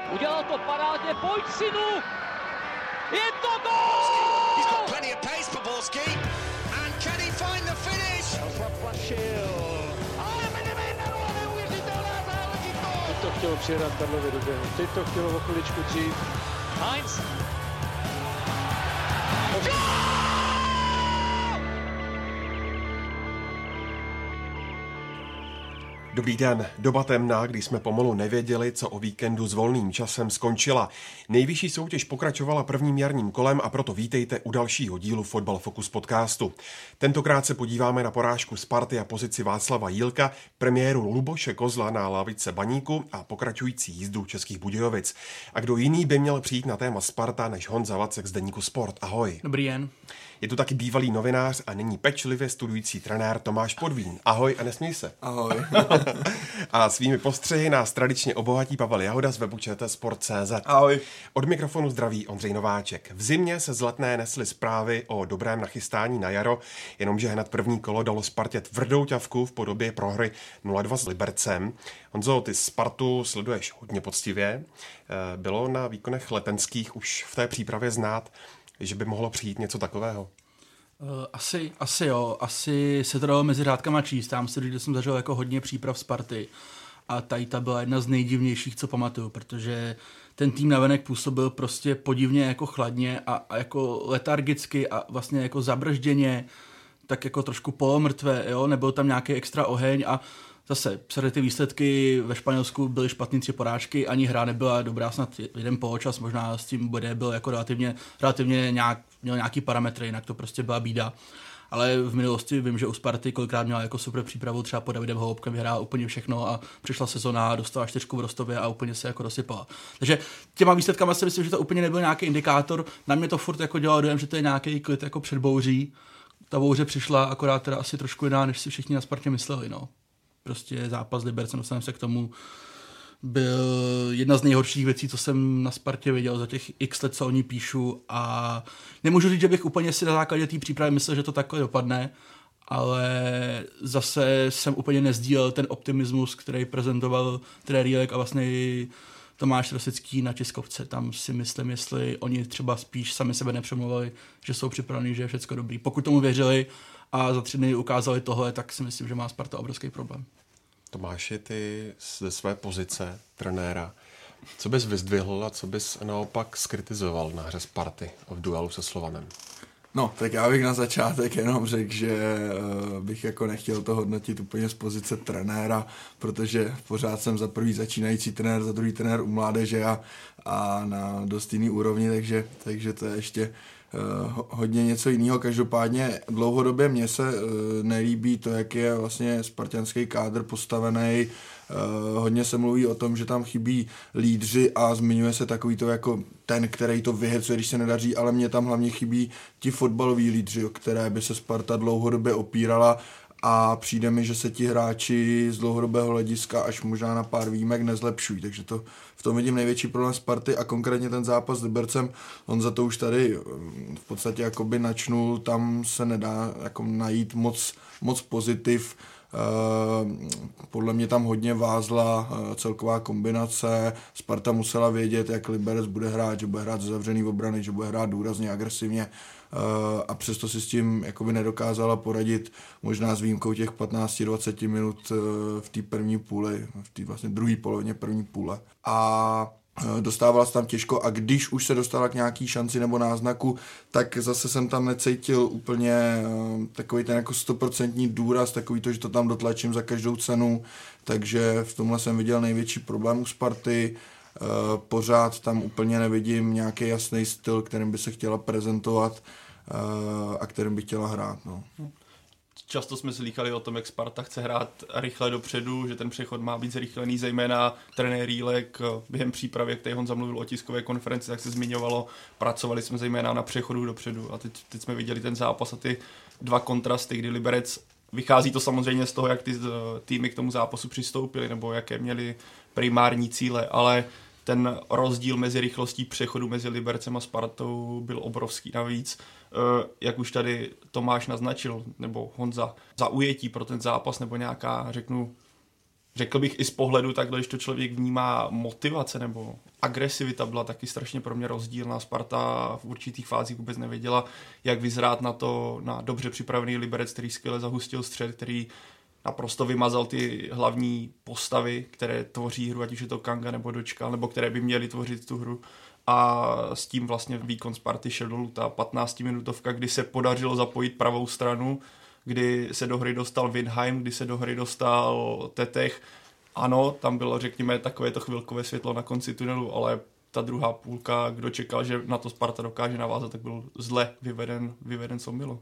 Udělal to parádně, pojď synu! Je to gól! He's got plenty of pace for Borski. And can he find the finish? Ale Benevenero, neuvěřitelná záležitost! Teď to chtělo přijedat Karlově do běhu, teď to chtělo o chviličku dřív. Heinz! Dobrý den, doba temná, když jsme pomalu nevěděli, co o víkendu s volným časem skončila. Nejvyšší soutěž pokračovala prvním jarním kolem a proto vítejte u dalšího dílu Fotbal Focus podcastu. Tentokrát se podíváme na porážku Sparty a pozici Václava Jílka, premiéru Luboše Kozla na lavice Baníku a pokračující jízdu Českých Budějovic. A kdo jiný by měl přijít na téma Sparta než Honza Vacek z deníku Sport. Ahoj. Dobrý den. Je tu taky bývalý novinář a nyní pečlivě studující trenér Tomáš Podvín. Ahoj a nesměj se. Ahoj. A svými postřehy nás tradičně obohatí Pavel Jahoda z webu ČT-sport.cz. Ahoj. Od mikrofonu zdraví Ondřej Nováček. V zimě se z Letné nesly zprávy o dobrém nachystání na jaro, jenomže hned první kolo dalo Spartě tvrdou ťavku v podobě prohry 0-2 s Libercem. Honzo, ty Spartu sleduješ hodně poctivě. Bylo na výkonech letenských už v té přípravě znát, že by mohlo přijít něco takového? Asi jo, asi se to dalo mezi řádkama číst. Tam si říct, že jsem zažil jako hodně příprav Sparty a tady ta byla jedna z nejdivnějších, co pamatuju, protože ten tým navenek působil prostě podivně jako chladně a jako letargicky a vlastně jako zabržděně, tak jako trošku polomrtvé, jo, nebyl tam nějaký extra oheň a zase před ty výsledky ve Španělsku byly špatný 3 porážky, ani hra nebyla dobrá, snad jeden poločas, možná s tím bude byl jako relativně měl nějaký parametry, jinak to prostě byla bída. Ale v minulosti vím, že u Sparty kolikrát měla jako super přípravu, třeba pod Davidem Holoubkem vyhrál úplně všechno a přišla sezona, dostala 4 v Rostově a úplně se jako rozsypala. Takže těma výsledkama si myslím, že to úplně nebyl nějaký indikátor. Na mě to furt jako dělalo dojem, že to je nějaký klid jako před bouří. Ta bouře přišla akorát teda asi trošku jiná, než si všichni na Spartě mysleli, no. Prostě zápas s Libercem, dostaneme se k tomu, byl jedna z nejhorších věcí, co jsem na Spartě viděl za těch x let, co o ní píšu a nemůžu říct, že bych úplně si na základě té přípravy myslel, že to takhle dopadne, ale zase jsem úplně nezdílel ten optimismus, který prezentoval trenér Jílek a vlastně Tomáš Rosický na tiskovce. Tam si myslím, jestli oni třeba spíš sami sebe nepřemluvali, že jsou připraveni, že je všecko dobrý. Pokud tomu věřili a za 3 dny ukázali tohle, tak si myslím, že má Sparta obrovský problém. Tomáši, ty ze své pozice trenéra, co bys vyzdvihl a co bys naopak skritizoval na hře Sparty v duelu se Slovanem? No, tak já bych na začátek jenom řekl, že bych jako nechtěl to hodnotit úplně z pozice trenéra, protože pořád jsem za prvý začínající trenér, za druhý trenér u mládeže a na dost jiný úrovni, takže to je ještě hodně něco jiného. Každopádně dlouhodobě mně se nelíbí to, jak je vlastně spartanský kádr postavený. Hodně se mluví o tom, že tam chybí lídři a zmiňuje se takový to jako ten, který to vyhecuje, když se nedaří, ale mně tam hlavně chybí ti fotbaloví lídři, o které by se Sparta dlouhodobě opírala a přijde mi, že se ti hráči z dlouhodobého hlediska až možná na pár výjimek nezlepšují, takže to v tom vidím největší problém Sparty a konkrétně ten zápas s Libercem, on za to už tady v podstatě jakoby načnul, tam se nedá jako najít moc pozitiv. Podle mě tam hodně vázla celková kombinace. Sparta musela vědět, jak Liberec bude hrát, že bude hrát ze zavřený obrany, že bude hrát důrazně, agresivně a přesto si s tím jakoby nedokázala poradit, možná s výjimkou těch 15-20 minut v té první půli, v té vlastně druhé polovině první půle. A dostávala se tam těžko a když už se dostala k nějaký šanci nebo náznaku, tak zase jsem tam necítil úplně takový ten jako 100% důraz, takový to, že to tam dotlačím za každou cenu, takže v tomhle jsem viděl největší problém u Sparty. Pořád tam úplně nevidím nějaký jasný styl, kterým by se chtěla prezentovat a kterým by chtěla hrát. No. Často jsme slýchali o tom, jak Sparta chce hrát rychle dopředu, že ten přechod má být zrychlený, zejména trenér Jílek během přípravy, jak tady Honza mluvil o tiskové konferenci, tak se zmiňovalo, pracovali jsme zejména na přechodu dopředu a teď jsme viděli ten zápas a ty 2 kontrasty, kdy Liberec, vychází to samozřejmě z toho, jak ty týmy k tomu zápasu přistoupily nebo jaké měly primární cíle, ale ten rozdíl mezi rychlostí přechodu mezi Libercem a Spartou byl obrovský. Navíc, jak už tady Tomáš naznačil, nebo Honza, zaujetí pro ten zápas, nebo nějaká, řeknu, řekl bych i z pohledu takhle, když to člověk vnímá, motivace nebo agresivita byla taky strašně pro mě rozdílná. Sparta v určitých fázích vůbec nevěděla, jak vyzrát na dobře připravený Liberec, který skvěle zahustil střed, který naprosto vymazal ty hlavní postavy, které tvoří hru, ať už je to Kanga nebo Dočkal, nebo které by měly tvořit tu hru. A s tím vlastně výkon Sparty šel dolů. Ta 15-minutovka, kdy se podařilo zapojit pravou stranu, kdy se do hry dostal Winheim, kdy se do hry dostal Tetech. Ano, tam bylo, řekněme, takové to chvilkové světlo na konci tunelu, ale ta druhá půlka, kdo čekal, že na to Sparta dokáže navázat, tak byl zle vyveden co bylo.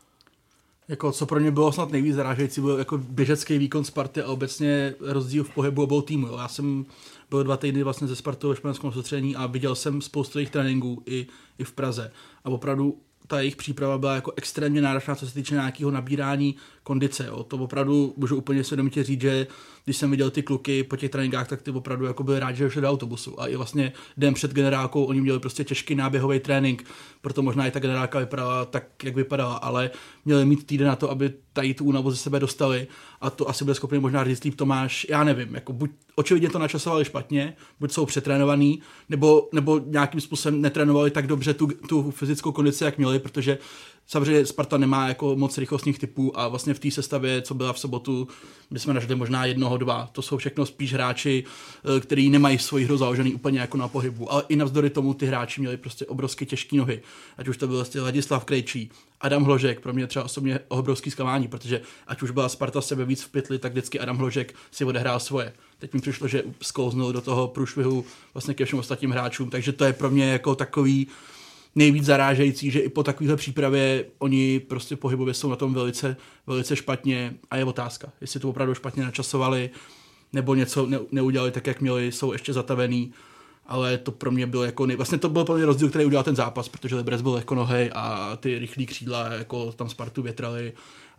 Jako, co pro mě bylo snad nejvíc zarážející, byl jako běžecký výkon Sparty a obecně rozdíl v pohybu obou týmů. Já jsem byl 2 týdny vlastně ze Spartou ve španělském soustředění a viděl jsem spoustu jejich tréninků i v Praze. A opravdu ta jejich příprava byla jako extrémně náročná, co se týče nějakého nabírání kondice. Jo. To opravdu můžu úplně svědomitě říct, že když jsem viděl ty kluky po těch tréninkách, tak ty opravdu jako byli rádi, že šli do autobusu. A i vlastně den před generálkou oni měli prostě těžký náběhový trénink, proto možná i ta generálka vypadala tak, jak vypadala, ale měli mít týden na to, aby tady tu únavu ze sebe dostali a to asi byl schopný možná říct líp Tomáš, já nevím, jako buď očividně to načasovali špatně, buď jsou přetrénovaný, nebo nějakým způsobem netrénovali tak dobře tu fyzickou kondici, jak měli, protože samozřejmě Sparta nemá jako moc rychlostních typů a vlastně v té sestavě, co byla v sobotu, bychom našli možná 1, 2. To jsou všechno spíš hráči, kteří nemají svoji hru založený úplně jako na pohybu. Ale i navzdory tomu ty hráči měli prostě obrovsky těžké nohy. Ať už to byl vlastně Ladislav Krejčí, Adam Hložek, pro mě třeba osobně obrovský zklamání, protože ať už byla Sparta sebe víc v pytli, tak vždycky Adam Hložek si odehrál svoje. Teď mi přišlo, že sklouznul do toho průšvihu vlastně ke všem ostatním hráčům, takže to je pro mě jako takový nejvíc zarážející, že i po takovéhle přípravě oni prostě pohybově jsou na tom velice, velice špatně a je otázka, jestli to opravdu špatně načasovali nebo něco neudělali tak, jak měli, jsou ještě zatavený, ale to pro mě byl jako vlastně to byl plný rozdíl, který udělal ten zápas, protože Liberec byl lehkonohej a ty rychlý křídla jako tam Spartu větrali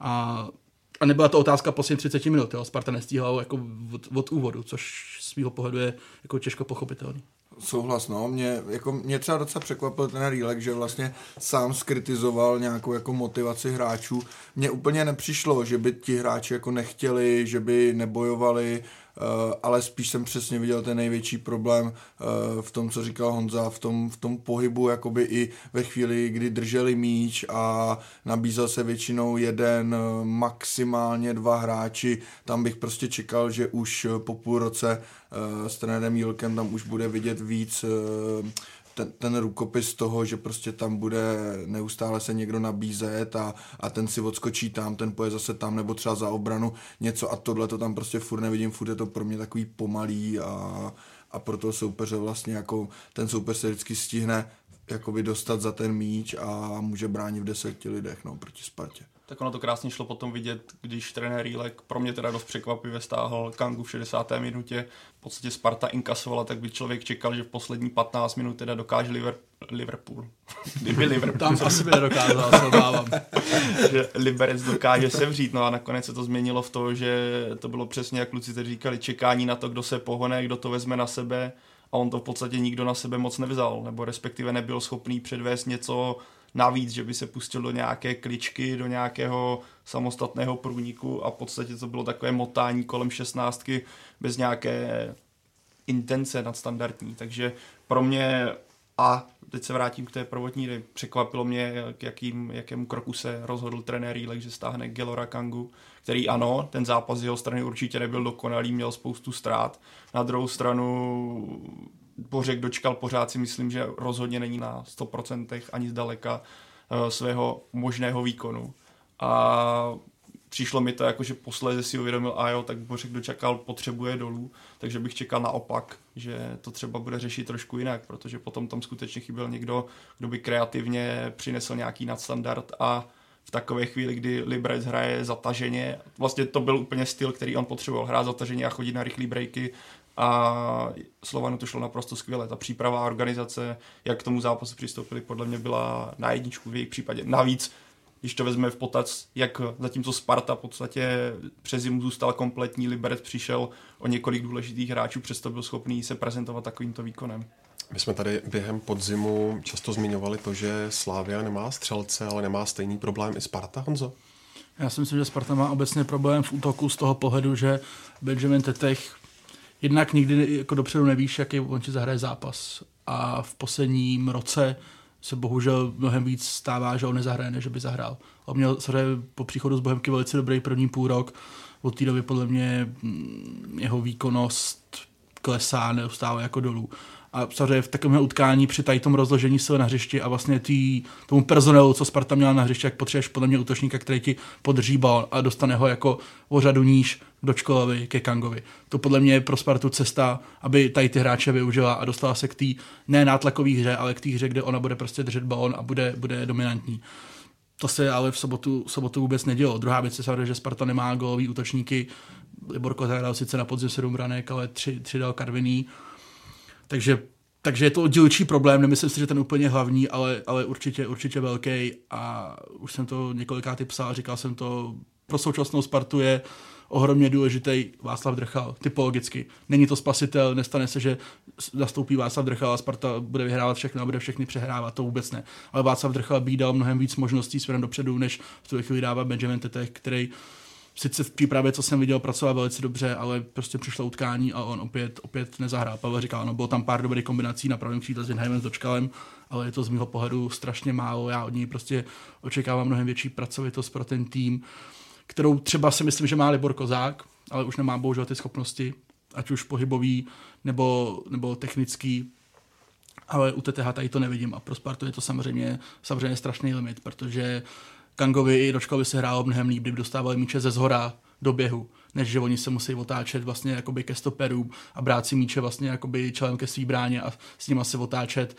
a nebyla to otázka posledních 30 minut, jo. Sparta nestíhala jako od úvodu, což z svého pohledu je jako těžko pochopitelný. Souhlas, no. Mě třeba docela překvapil ten Rýlek, že vlastně sám skritizoval nějakou jako motivaci hráčů. Mně úplně nepřišlo, že by ti hráči jako nechtěli, že by nebojovali, ale spíš jsem přesně viděl ten největší problém v tom, co říkal Honza, v tom pohybu, jakoby i ve chvíli, kdy drželi míč a nabízel se většinou 1, maximálně 2 hráči. Tam bych prostě čekal, že už po půl roce s trenérem Jílkem tam už bude vidět víc ten rukopis toho, že prostě tam bude neustále se někdo nabízet a ten si odskočí tam, ten poje zase tam, nebo třeba za obranu něco a tohle to tam prostě furt nevidím, furt je to pro mě takový pomalý a pro toho soupeře vlastně jako ten soupeř se vždycky stihne jakoby dostat za ten míč a může bránit v 10 lidech, no, proti Spartě. Tak ono to krásně šlo potom vidět, když trenér Rýlek pro mě teda dost překvapivě stáhl Kangu v 60. minutě. V podstatě Sparta inkasovala, tak by člověk čekal, že v poslední 15 minut teda dokáže Liverpool. Kdyby Liverpool. Tam asi by nedokázal, se obávám. Že Liberec dokáže sevřít, no a nakonec se to změnilo v to, že to bylo přesně, jak kluci teď říkali, čekání na to, kdo se pohone, kdo to vezme na sebe a on to v podstatě nikdo na sebe moc nevzal, nebo respektive nebyl schopný předvést něco navíc, že by se pustil do nějaké kličky, do nějakého samostatného průniku a v podstatě to bylo takové motání kolem 16 bez nějaké intence nadstandardní, takže pro mě a teď se vrátím k té prvotní, překvapilo mě, k jakému kroku se rozhodl trenér Rýlek, že stáhne Gelora Kangu, který ano, ten zápas z jeho strany určitě nebyl dokonalý, měl spoustu ztrát. Na druhou stranu Bořek Dočkal pořád si myslím, že rozhodně není na 100% ani zdaleka svého možného výkonu. A přišlo mi to jako, že posléze si uvědomil, a jo, tak Bořek Dočkal potřebuje dolů, takže bych čekal naopak, že to třeba bude řešit trošku jinak, protože potom tam skutečně chyběl někdo, kdo by kreativně přinesl nějaký nadstandard a v takové chvíli, kdy Liberec hraje zataženě, vlastně to byl úplně styl, který on potřeboval, hrát zataženě a chodit na rychlý breaky a Slovanu to šlo naprosto skvěle. Ta příprava a organizace, jak k tomu zápasu přistoupili, podle mě byla na jedničku v jejich případě. Navíc, když to vezme v potaz, jak zatímco Sparta v podstatě přes zimu zůstal kompletní, Liberec přišel o několik důležitých hráčů, přesto byl schopný se prezentovat takovýmto výkonem. My jsme tady během podzimu často zmiňovali to, že Slavia nemá střelce, ale nemá stejný problém i Sparta, Honzo? Já si myslím, že Sparta má obecně problém v útoku z toho pohledu, že Benjamin Tetech jednak nikdy jako dopředu nevíš, jaký on ti zahraje zápas. A v posledním roce se bohužel mnohem víc stává, že on nezahraje, než by zahrál. On měl po příchodu z Bohemky velice dobrý první půlrok. Od té doby podle mě jeho výkonnost klesá neustále jako dolů. A samozřejmě v takovém utkání při tom rozložení sil na hřišti a vlastně tomu personelu, co Sparta měla na hřišti, jak potřebuješ podle mě útočníka, který ti podrží balon a dostane ho jako o řadu níž do Čkolovi ke Kangovi. To podle mě je pro Spartu cesta, aby tady ty hráče využila a dostala se k té ne nátlakové hře, ale k té hře, kde ona bude prostě držet balon a bude dominantní. To se ale v sobotu vůbec nedělo. Druhá věc je samozřejmě, že Sparta nemá gólový útočníky. Libor Kozák dal sice na podzim 7 branek, ale 3 dal Karviný. Takže je to dílčí problém, nemyslím si, že ten úplně hlavní, ale určitě velký a už jsem to několikrát psal, říkal jsem to, pro současnou Spartu je ohromně důležitý Václav Drchal, typologicky. Není to spasitel, nestane se, že nastoupí Václav Drchal a Sparta bude vyhrávat všechno a bude všechny přehrávat, to vůbec ne. Ale Václav Drchal by dal mnohem víc možností směrem dopředu, než v tu chvíli dává Benjamin Tetech, který sice v přípravě, co jsem viděl, pracoval velice dobře, ale prostě přišlo utkání a on opět nezahrál. Pavel říkal, no, bylo tam pár dobrých kombinací na pravém křídle s Winheimem, s Dočkalem, ale je to z mého pohledu strašně málo. Já od něj prostě očekávám mnohem větší pracovitost pro ten tým, kterou třeba si myslím, že má Libor Kozák, ale už nemá bohužel ty schopnosti, ať už pohybový nebo technický. Ale u TTH tady to nevidím a pro Spartu je to samozřejmě strašný limit, protože Kangovi i Dočkalovi se hrálo mnohem líp, kdyby dostávali míče ze zhora do běhu, než že oni se musí otáčet vlastně jakoby ke stoperům a brát si míče vlastně jakoby čelem ke svý bráně a s nima se otáčet.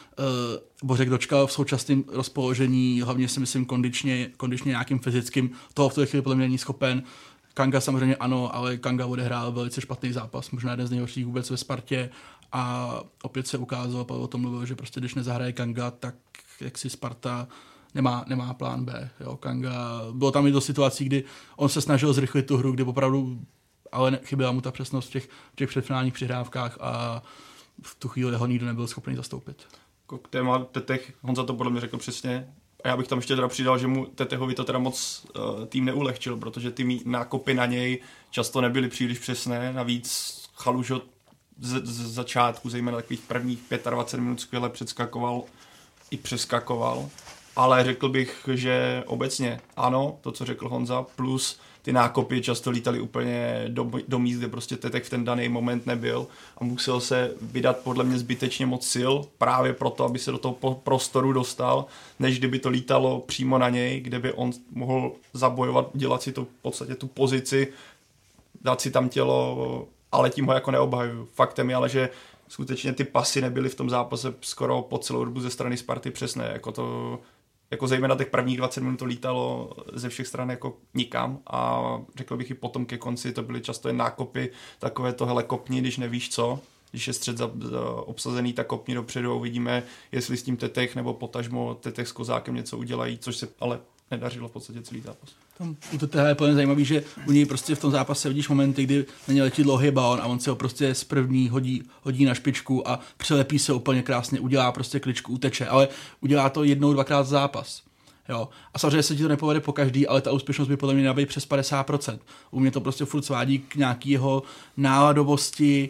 Bořek Dočkal v současném rozpoložení, hlavně si myslím kondičně nějakým fyzickým, toho v té chvíli podle mě není schopen. Kanga samozřejmě ano, ale Kanga odehrál velice špatný zápas, možná jeden z nejhorších vůbec ve Spartě a opět se ukázalo, Pavel o tom mluvil, že prostě když nezahraje Kanga, tak jak si Sparta nemá plán B. Jo, Kanga, bylo tam i do situací, kdy on se snažil zrychlit tu hru, kdy opravdu, ale chyběla mu ta přesnost v těch předfinálních přihrávkách a v tu chvíli ho nikdo nebyl schopný zastoupit. K téma Tetech, Honza to podle mě řekl přesně. A já bych tam ještě teda přidal, že mu Tetehovi to teda moc tým neulehčil, protože ty nákopy na něj často nebyly příliš přesné. Navíc Chalužo z začátku, zejména takových prvních 25 minut skvěle předskakoval i přeskakoval. Ale řekl bych, že obecně ano, to, co řekl Honza, plus ty nákopy často lítaly úplně do míst, kde prostě Tetech v ten daný moment nebyl a musel se vydat podle mě zbytečně moc sil právě proto, aby se do toho prostoru dostal, než kdyby to lítalo přímo na něj, kde by on mohl zabojovat, dělat si to v podstatě tu pozici, dát si tam tělo, ale tím ho jako neobhajuju. Faktem je ale, že skutečně ty pasy nebyly v tom zápase skoro po celou dobu ze strany Sparty přesné, jako zejména těch prvních 20 minut to lítalo ze všech stran jako nikam a řekl bych i potom ke konci to byly často jen nákopy, takové to hele kopni, když nevíš co, když je střed obsazený, tak kopni dopředu a uvidíme, jestli s tím Tetech nebo potažmo Tetech s Kozákem něco udělají, což se ale nedařilo v podstatě celý zápas. U TTH je plně zajímavý, že u něj prostě v tom zápase vidíš momenty, kdy na ně letí dlouhý balon a on se ho prostě z první hodí na špičku a přilepí se úplně krásně, udělá prostě kličku, uteče, ale udělá to 1-2krát za zápas. Jo. A samozřejmě se ti to nepovede po každý, ale ta úspěšnost by podle mě měla být přes 50%. U mě to prostě furt svádí k nějaký jeho náladovosti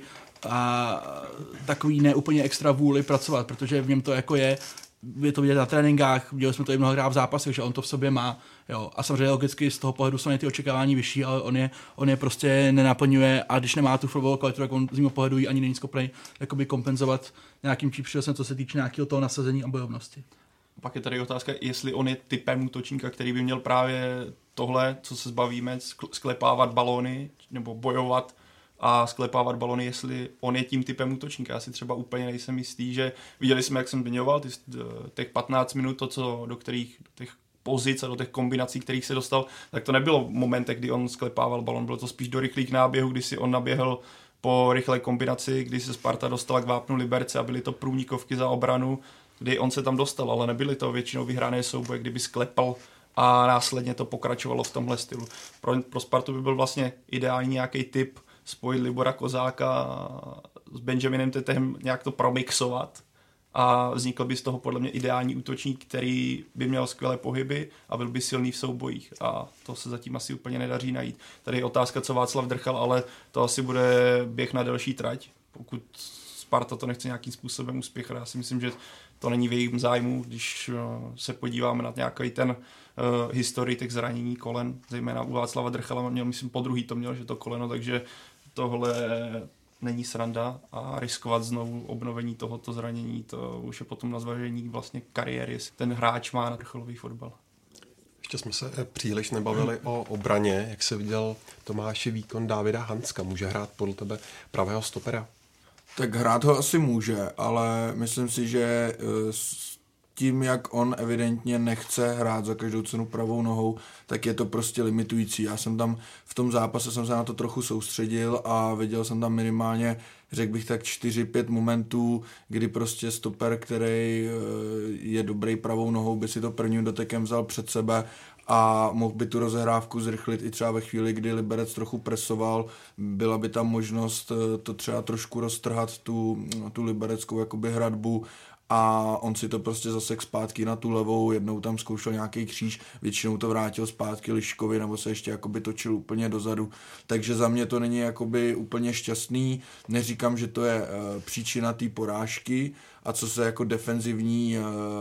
a takový neúplně extra vůli pracovat, protože v něm to jako je to vidět na tréninkách, viděli jsme to i mnohokrát v zápasech, že on to v sobě má. Jo. A samozřejmě logicky z toho pohledu jsou ty očekávání vyšší, ale on je prostě nenaplňuje a když nemá tu fotbalovou kvalitu, tak on z mého pohledu ani není schopný jakoby kompenzovat nějakým příštělcem, co se týče nějakého toho nasazení a bojovnosti. Pak je tady otázka, jestli on je typem útočníka, který by měl právě tohle, co se zbavíme, sklepávat balóny nebo bojovat a sklepávat balony, jestli on je tím typem útočníka. Já si třeba úplně nejsem jistý, že viděli jsme, jak jsem zmiňoval, těch 15 minut, do kterých těch pozic a do těch kombinací, kterých se dostal, tak to nebylo v momentech, kdy on sklepával balon, bylo to spíš do rychlých náběhů, kdy si on naběhl po rychlé kombinaci, kdy se Sparta dostala k vápnu Liberce a byly to průnikovky za obranu, kdy on se tam dostal, ale nebyly to většinou vyhrané souboje, kdyby sklepal a následně to pokračovalo v tomhle stylu. Pro Spartu by byl vlastně ideální nějaký typ spojit Libora Kozáka s Benjaminem Tetechem, nějak to promixovat a vznikl by z toho podle mě ideální útočník, který by měl skvělé pohyby a byl by silný v soubojích a to se zatím asi úplně nedaří najít. Tady je otázka, co Václav Drchal, ale to asi bude běh na delší trať, pokud Sparta to nechce nějakým způsobem uspěchat. Já si myslím, že to není v jejím zájmu, když se podíváme na nějaký ten historii těch zranění kolen, zejména u Václava Drchala měl, myslím, podruhý to měl, že to koleno, takže tohle není sranda a riskovat znovu obnovení tohoto zranění, to už je potom na zvažení vlastně kariéry, jestli ten hráč má na vrcholový fotbal. Ještě jsme se příliš nebavili o obraně, jak se viděl Tomáši výkon Davida Hanska. Může hrát podle tebe pravého stopera? Tak hrát ho asi může, ale myslím si, že s tím, jak on evidentně nechce hrát za každou cenu pravou nohou, tak je to prostě limitující. Já jsem tam v tom zápase jsem se na to trochu soustředil a viděl jsem tam minimálně, řekl bych tak 4-5 momentů, kdy prostě stoper, který je dobrý pravou nohou, by si to prvním dotekem vzal před sebe a mohl by tu rozehrávku zrychlit i třeba ve chvíli, kdy Liberec trochu presoval, byla by tam možnost to třeba trošku roztrhat tu libereckou jakoby hradbu a on si to prostě zasek zpátky na tu levou, jednou tam zkoušel nějaký kříž, většinou to vrátil zpátky Liškovi nebo se ještě jakoby točil úplně dozadu, takže za mě to není jakoby úplně šťastný, neříkám, že to je příčina té porážky a co se jako defenzivní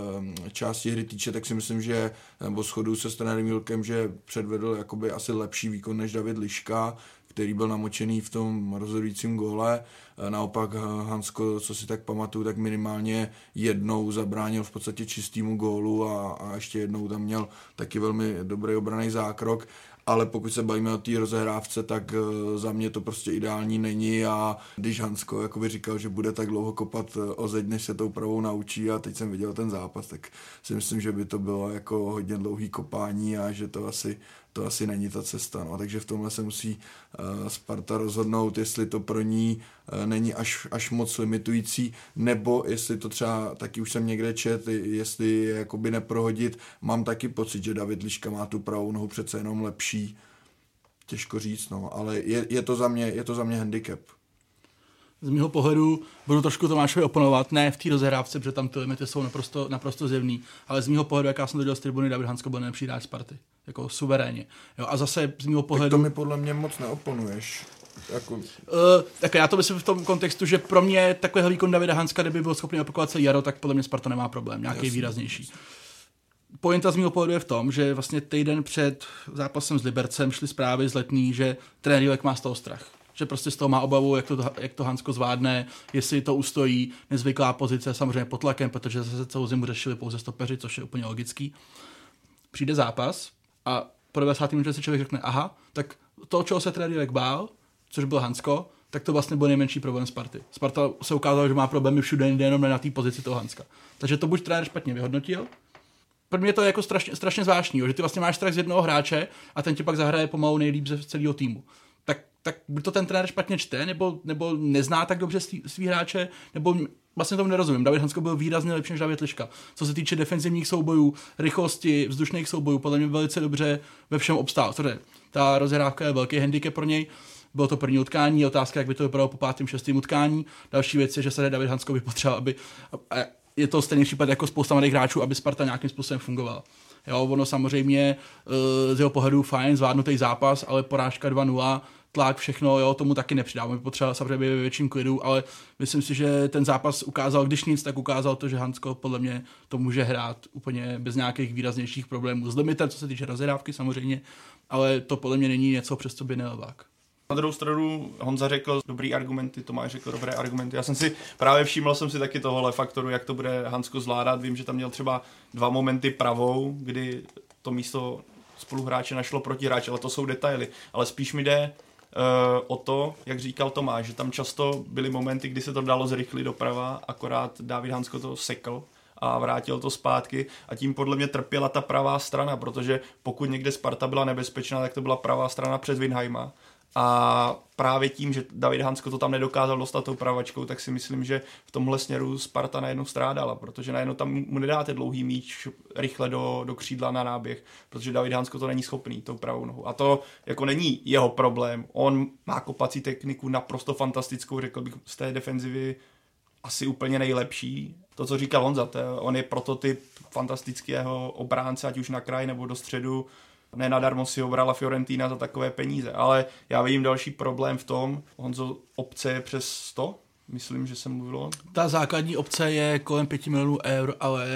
části hry týče, tak si myslím, že nebo shoduju se s trenérem Jílkem, že předvedl jakoby asi lepší výkon než David Liška, který byl namočený v tom rozhodujícím góle. Naopak Hansko, co si tak pamatuju, tak minimálně jednou zabránil v podstatě čistýmu gólu a ještě jednou tam měl taky velmi dobrý obranný zákrok. Ale pokud se bavíme o té rozehrávce, tak za mě to prostě ideální není a když Hansko jakoby říkal, že bude tak dlouho kopat o zeď, než se tou pravou naučí a teď jsem viděl ten zápas, tak si myslím, že by to bylo jako hodně dlouhý kopání a že to asi není ta cesta. No. Takže v tomhle se musí Sparta rozhodnout, jestli to pro ní není až moc limitující, nebo jestli to třeba, taky už jsem někde čet, jestli je jakoby neprohodit. Mám taky pocit, že David Liška má tu pravou nohu přece jenom lepší. Těžko říct, no, ale je to za mě handicap. Z mého pohledu budu trošku Tomášovi oponovat, ne v té rozehrávce, protože tam ty limity jsou naprosto zjevný, ale z mého pohledu, jak já jsem to dělal z tribuny, David Hansko byl nejlepší hráč Sparty, jako suverénně. Jo, a zase z mého pohledu... Tak to mi podle mě moc neoponuješ. Tak já to myslím v tom kontextu, že pro mě takovýhle výkon Davida Hanska, kdyby byl schopný opakovat celý jaro, tak podle mě Sparta nemá problém, nějaký výraznější. Pointa z mého pohledu je v tom, že vlastně týden před zápasem s Libercem šly zprávy z Letný, že trenér Jílek má z toho strach. Že prostě z toho má obavu, jak to Hansko zvládne, jestli to ustojí, nezvyklá pozice, samozřejmě pod tlakem, protože zase celou zimu řešili pouze stopeři, což je úplně logický. Přijde zápas a po 90. minutě si člověk řekne, aha, tak to, čeho se trenér Jílek bál, což byl Hansko, tak to vlastně byl nejmenší problém Sparty. Sparta se ukázala, že má problémy všude, jenom na té pozici toho Hanska. Takže to buď trenér špatně vyhodnotil. Pro mě to je jako strašně zvláštní, že ty vlastně máš strach z jednoho hráče a ten ti pak zahraje pomalu nejlíp ze celého týmu. Tak buď to ten trenér špatně čte, nebo nezná tak dobře svý hráče, nebo vlastně tomu nerozumím. David Hansko byl výrazně lepší než David Liška. Co se týče defenzivních soubojů, rychlosti, vzdušných soubojů, podle mě velice dobře ve všem obstál. Ta rozhrávka je velký handicap pro něj. Bylo to první utkání, otázka, jak by to vypadalo po 5., 6. utkání. Další věc je, že se David Hansko by potřeboval, aby je to stejný případ jako spousta mladých hráčů, aby Sparta nějakým způsobem fungovala. Jo, ono samozřejmě z jeho pohledu fajn, zvládnutý zápas, ale porážka 2-0, tlak, všechno, jo, tomu taky nepřidá. My potřeba samozřejmě být ve větším klidu, ale myslím si, že ten zápas ukázal, když nic, tak ukázal to, že Hansko podle mě to může hrát úplně bez nějakých výraznějších problémů. S limitem, co se týče rozehrávky samozřejmě, ale to podle mě není něco, přes co by nelvák. Na druhou stranu Honza řekl dobrý argumenty, Tomáš řekl dobré argumenty. Já jsem si právě všiml jsem si taky tohohle faktoru, jak to bude Hansko zvládat. Vím, že tam měl třeba 2 momenty pravou, kdy to místo spoluhráče našlo protihráče, ale to jsou detaily. Ale spíš mi jde o to, jak říkal Tomáš, že tam často byly momenty, kdy se to dalo zrychlit doprava, akorát David Hansko to sekl a vrátil to zpátky a tím podle mě trpěla ta pravá strana, protože pokud někde Sparta byla nebezpečná, tak to byla pravá strana přes Winheima. A právě tím, že David Hansko to tam nedokázal dostat tou pravačkou, tak si myslím, že v tomhle směru Sparta najednou strádala, protože najednou tam mu nedáte dlouhý míč rychle do křídla na náběh, protože David Hansko to není schopný tou pravou nohou. A to jako není jeho problém. On má kopací techniku naprosto fantastickou, řekl bych, z té defenzivy asi úplně nejlepší. To, co říkal Honza, on je prototyp fantastického obránce, ať už na kraj nebo do středu. Nenadarmo si ho brala Fiorentina za takové peníze, ale já vidím další problém v tom, Honzo, opce je přes 100, myslím, že jsem mluvil. Ta základní opce je kolem 5 milionů eur, ale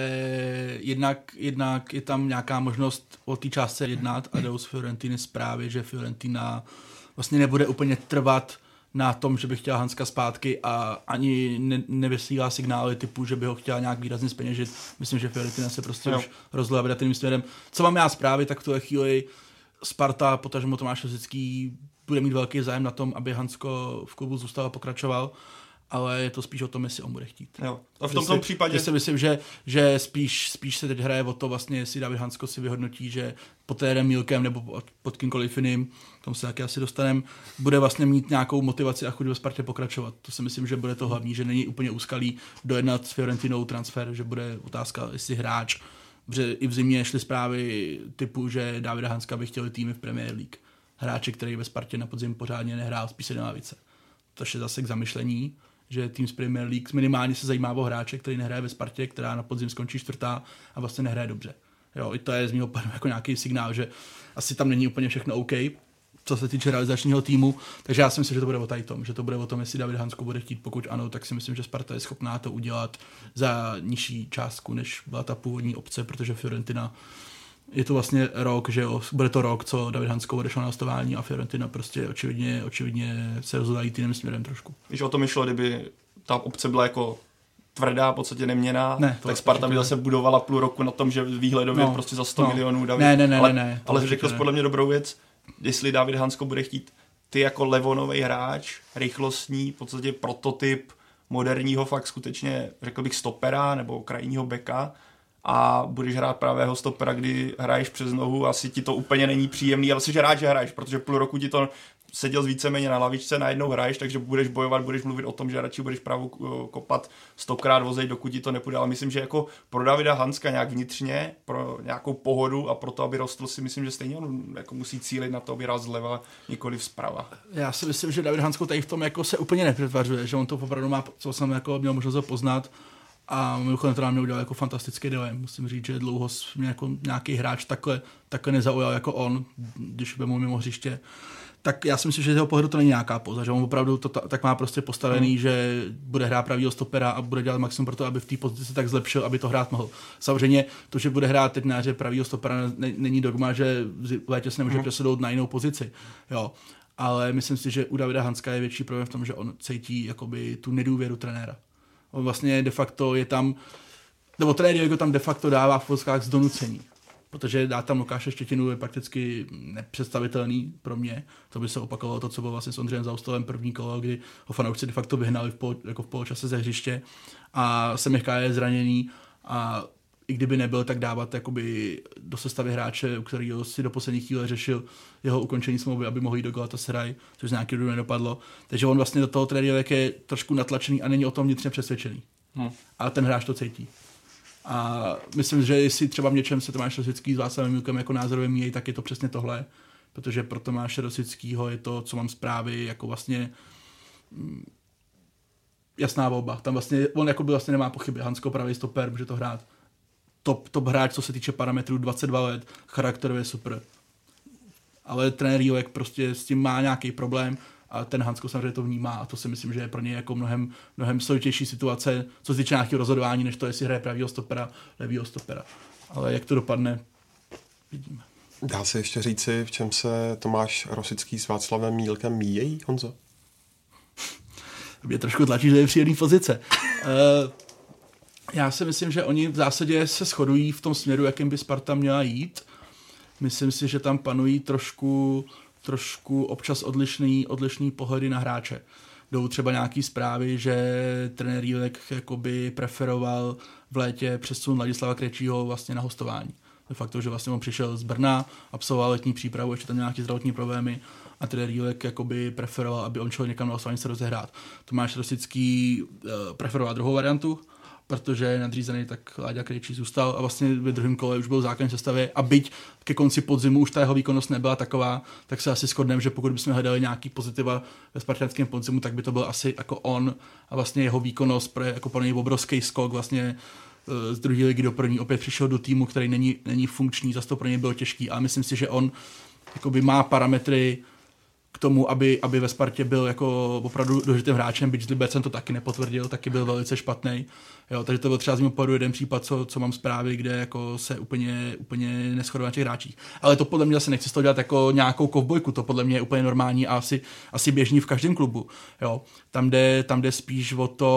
jednak je tam nějaká možnost o té částce jednat a jdou z Fiorentiny zprávy, že Fiorentina vlastně nebude úplně trvat na tom, že by chtěla Hanska zpátky a ani nevysílá signály typu, že by ho chtěla nějak výrazně zpeněžit. Myslím, že Fiorentina se prostě už rozhodla vydat jiným směrem. Co mám já zprávy, tak v tuhle chvíli Sparta, potažmo Tomáš Rosický, bude mít velký zájem na tom, aby Hansko v klubu zůstal a pokračoval, ale je to spíš o tom, jestli on bude chtít. Jo. A v tomto případě... Já si myslím, že spíš se teď hraje o to, vlastně, jestli David Hansko si vyhodnotí, že pod Térem Mílkem nebo pod kýmkoliv jiným, k tomu se taky asi dostaneme, bude vlastně mít nějakou motivaci a chuť ve Spartě pokračovat. To si myslím, že bude to hlavní, že není úplně úskalý dojednat s Fiorentinou transfer, že bude otázka, jestli hráč, protože i v zimě šly zprávy typu, že Davida Hanska by chtěli týmy v Premier League. Hráči, který ve Spartě na podzim pořádně nehrál, spíš se na lavice. To je zase k zamyšlení, že tým z Premier League minimálně se zajímá o hráče, který nehraje ve Spartě, která na podzim skončí 4. a vlastně nehraje dobře. Jo, i to je z mého pohledu jako nějaký signál, že asi tam není úplně všechno OK, co se týče realizačního týmu, takže já si myslím, že to bude o tom, že to bude o tom, jestli David Hansko bude chtít, pokud ano, tak si myslím, že Sparta je schopná to udělat za nižší částku, než byla ta původní opce, protože Fiorentina je to vlastně rok, že jo, bude to rok, co David Hansko odešel na hostování a Fiorentina prostě očividně se rozhodla jít jiným směrem trošku. Když o to myšlo, kdyby ta opce byla jako tvrdá, v podstatě neměnná, tak Sparta by zase budovala půl roku na tom, že výhledově prostě za 100 milionů David. Ne. Ale řekl jsi podle mě dobrou věc, jestli David Hansko bude chtít ty jako levonový hráč, rychlostní, v podstatě prototyp moderního fakt skutečně, řekl bych, stopera nebo krajního beka, a budeš hrát pravého stopera, kdy hraješ přes nohu, asi ti to úplně není příjemný, ale jsi rád, že hraješ, protože půl roku ti to seděl víceméně na lavičce, najednou hraješ, takže budeš bojovat, budeš mluvit o tom, že radši budeš pravou kopat 100krát vozej, dokud ti to nepůjde, ale myslím, že jako pro Davida Hanska nějak vnitřně, pro nějakou pohodu a pro to, aby rostl, si myslím, že stejně on jako musí cílit na to, aby raz zleva, nikoliv zprava. Já si myslím, že David Hansko tady v tom jako se úplně nepřetvařuje, že on to opravdu má, co jsem jako měl možnost poznat. A mimochodem to nám mě udělal jako fantastický dojem. Musím říct, že dlouho mě jako nějaký hráč takhle nezaujal jako on, když byl mimo hřiště. Tak já si myslím, že z jeho pohledu to není nějaká poza, že on opravdu to tak má prostě postavený, že bude hrát pravýho stopera a bude dělat maximum pro to, aby v té pozici tak zlepšil, aby to hrát mohl. Samozřejmě to, že bude hrát teď na hře pravýho stopera, není dogma, že v létě se nemůže přesunout na jinou pozici. Jo. Ale myslím si, že u Davida Hanska je větší problém v tom, že on cítí jakoby tu nedůvěru trenéra. On vlastně de facto je tam, nebo trenér ho tam de facto dává v fotkách z donucení, protože dá tam Lukáše Štětinu je prakticky nepředstavitelný pro mě. To by se opakovalo to, co bylo vlastně s Ondřejem Zaustovem první kolo, kdy ho fanoušci de facto vyhnali v poločase ze hřiště a Semechka je zraněný a i kdyby nebyl, tak dávat jakoby do sestavy hráče, u kterého si do poslední chvíle řešil jeho ukončení smlouvy, aby mohl jít do Galatasaray, což z nějakého důvodu nedopadlo. Takže on vlastně do toho trenéra je trošku natlačený a není o tom vnitřně přesvědčený. Ale ten hráč to cítí. A myslím, že jestli třeba v něčem se Tomáš Rosický s Václavem Mílkem jako názorově míjí, tak je to přesně tohle. Protože pro Tomáše Rosickýho je to, co mám zprávy, jako vlastně jasná volba. Tam vlastně, on jakoby vlastně nemá pochyby. Hansko pravý stoper, může to hrát. Top hráč, co se týče parametrů, 22 let, charakterově super. Ale trenér Jílek prostě s tím má nějaký problém a ten Hansko samozřejmě to vnímá a to si myslím, že je pro něj jako mnohem složitější situace, co se týče nějakého rozhodování, než to, jestli hraje pravýho stopera, levýho stopera. Ale jak to dopadne, vidíme. Dá se ještě říci, v čem se Tomáš Rosický s Václavem Mílkem míjejí, Honzo? Mě trošku tlačí, že je příjemný pozice. Já si myslím, že oni v zásadě se shodují v tom směru, jakým by Sparta měla jít. Myslím si, že tam panují trošku občas odlišný pohledy na hráče. Jdou třeba nějaký zprávy, že trenér Jílek jakoby preferoval v létě přesun Ladislava Krejčího vlastně na hostování. De facto, že vlastně on přišel z Brna, absolvoval letní přípravu, ještě tam nějaké zdravotní problémy a trenér Jílek jakoby preferoval, aby on šel někam na hostování se rozehrát. Tomáš Rosický preferoval druhou variantu protože nadřízený tak Láďa Krejčí zůstal a vlastně ve druhém kole už byl v základní sestavě a byť ke konci podzimu už ta jeho výkonnost nebyla taková, tak se asi shodneme, že pokud bychom hledali nějaký pozitiva ve spartanském podzimu, tak by to byl asi jako on a vlastně jeho výkonnost jako pro něj obrovský skok vlastně z druhé ligy do první, opět přišel do týmu, který není funkční, zase to pro něj bylo těžký a myslím si, že on jakoby má parametry k tomu, aby ve Spartě byl jako opravdu důležitým hráčem, byť s Libercem to taky nepotvrdil, taky byl velice špatný. Jo, takže to byl třeba z mého pohledu jeden případ, co mám zprávy, kde jako se úplně neshoduje na těch hráčích. Ale to podle mě zase nechci z toho dělat jako nějakou kovbojku, to podle mě je úplně normální a asi běžný v každém klubu. Jo, tam jde spíš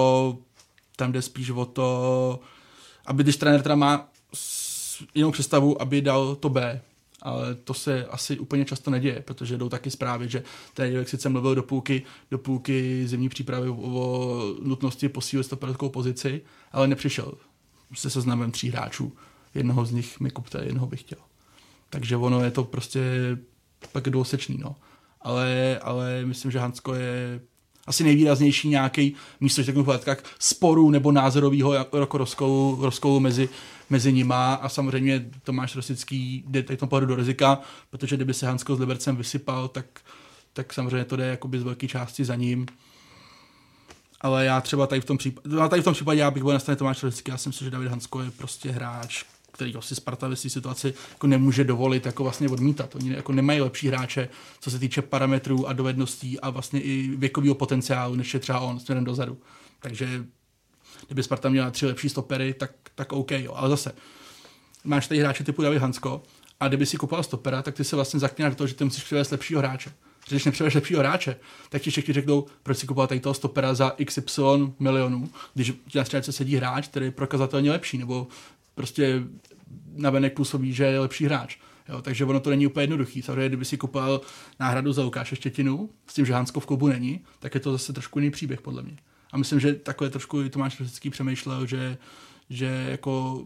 o to, aby když trenér teda má jinou představu, aby dal to B. Ale to se asi úplně často neděje, protože jdou taky zprávy, že trenér sice mluvil do půlky zimní přípravy o nutnosti posílit stoperskou pozici, ale nepřišel se seznamem 3 hráčů. Jednoho z nich mi kupte, jednoho bych chtěl. Takže ono je to prostě tak dvousečný, no. Ale myslím, že Hansko je asi nejvýraznější nějaký místo, že takových sporů nebo názorového jako rozkolu mezi nima a samozřejmě Tomáš Rosický jde tady v tom pohledu do rizika, protože kdyby se Hansko s Libercem vysypal, tak samozřejmě to jde jakoby z velké části za ním. Ale já třeba tady v tom případě já bych byl na straně Tomáš Rosický, já si myslím, že David Hansko je prostě hráč, který si Sparta ve své situaci jako nemůže dovolit jako vlastně odmítat. Oni jako nemají lepší hráče, co se týče parametrů a dovedností a vlastně i věkového potenciálu, než je třeba on směrem dozadu. Takže kdyby Sparta měla 3 lepší stopery, tak OK, jo. Ale zase, máš tady hráče typu David Hansko a kdyby si kupoval stopera, tak ty se vlastně zakněnáš do toho, že ty musíš přivést lepšího hráče. Když nepřivedeš lepšího hráče, tak ti všichni řeknou, proč si kupoval tady toho stopera za XY milionů, když na střelce sedí hráč, který je prokazatelně lepší, nebo prostě navenek působí, že je lepší hráč. Jo, takže ono to není úplně jednoduchý. Samozřejmě, kdyby si kupoval náhradu za Lukáše Štětinu, s tím, že Hansko v klubu není, tak je to zase trošku jiný příběh, podle mě. A myslím, že takhle trošku Tomáš Rosický přemýšlel, že jako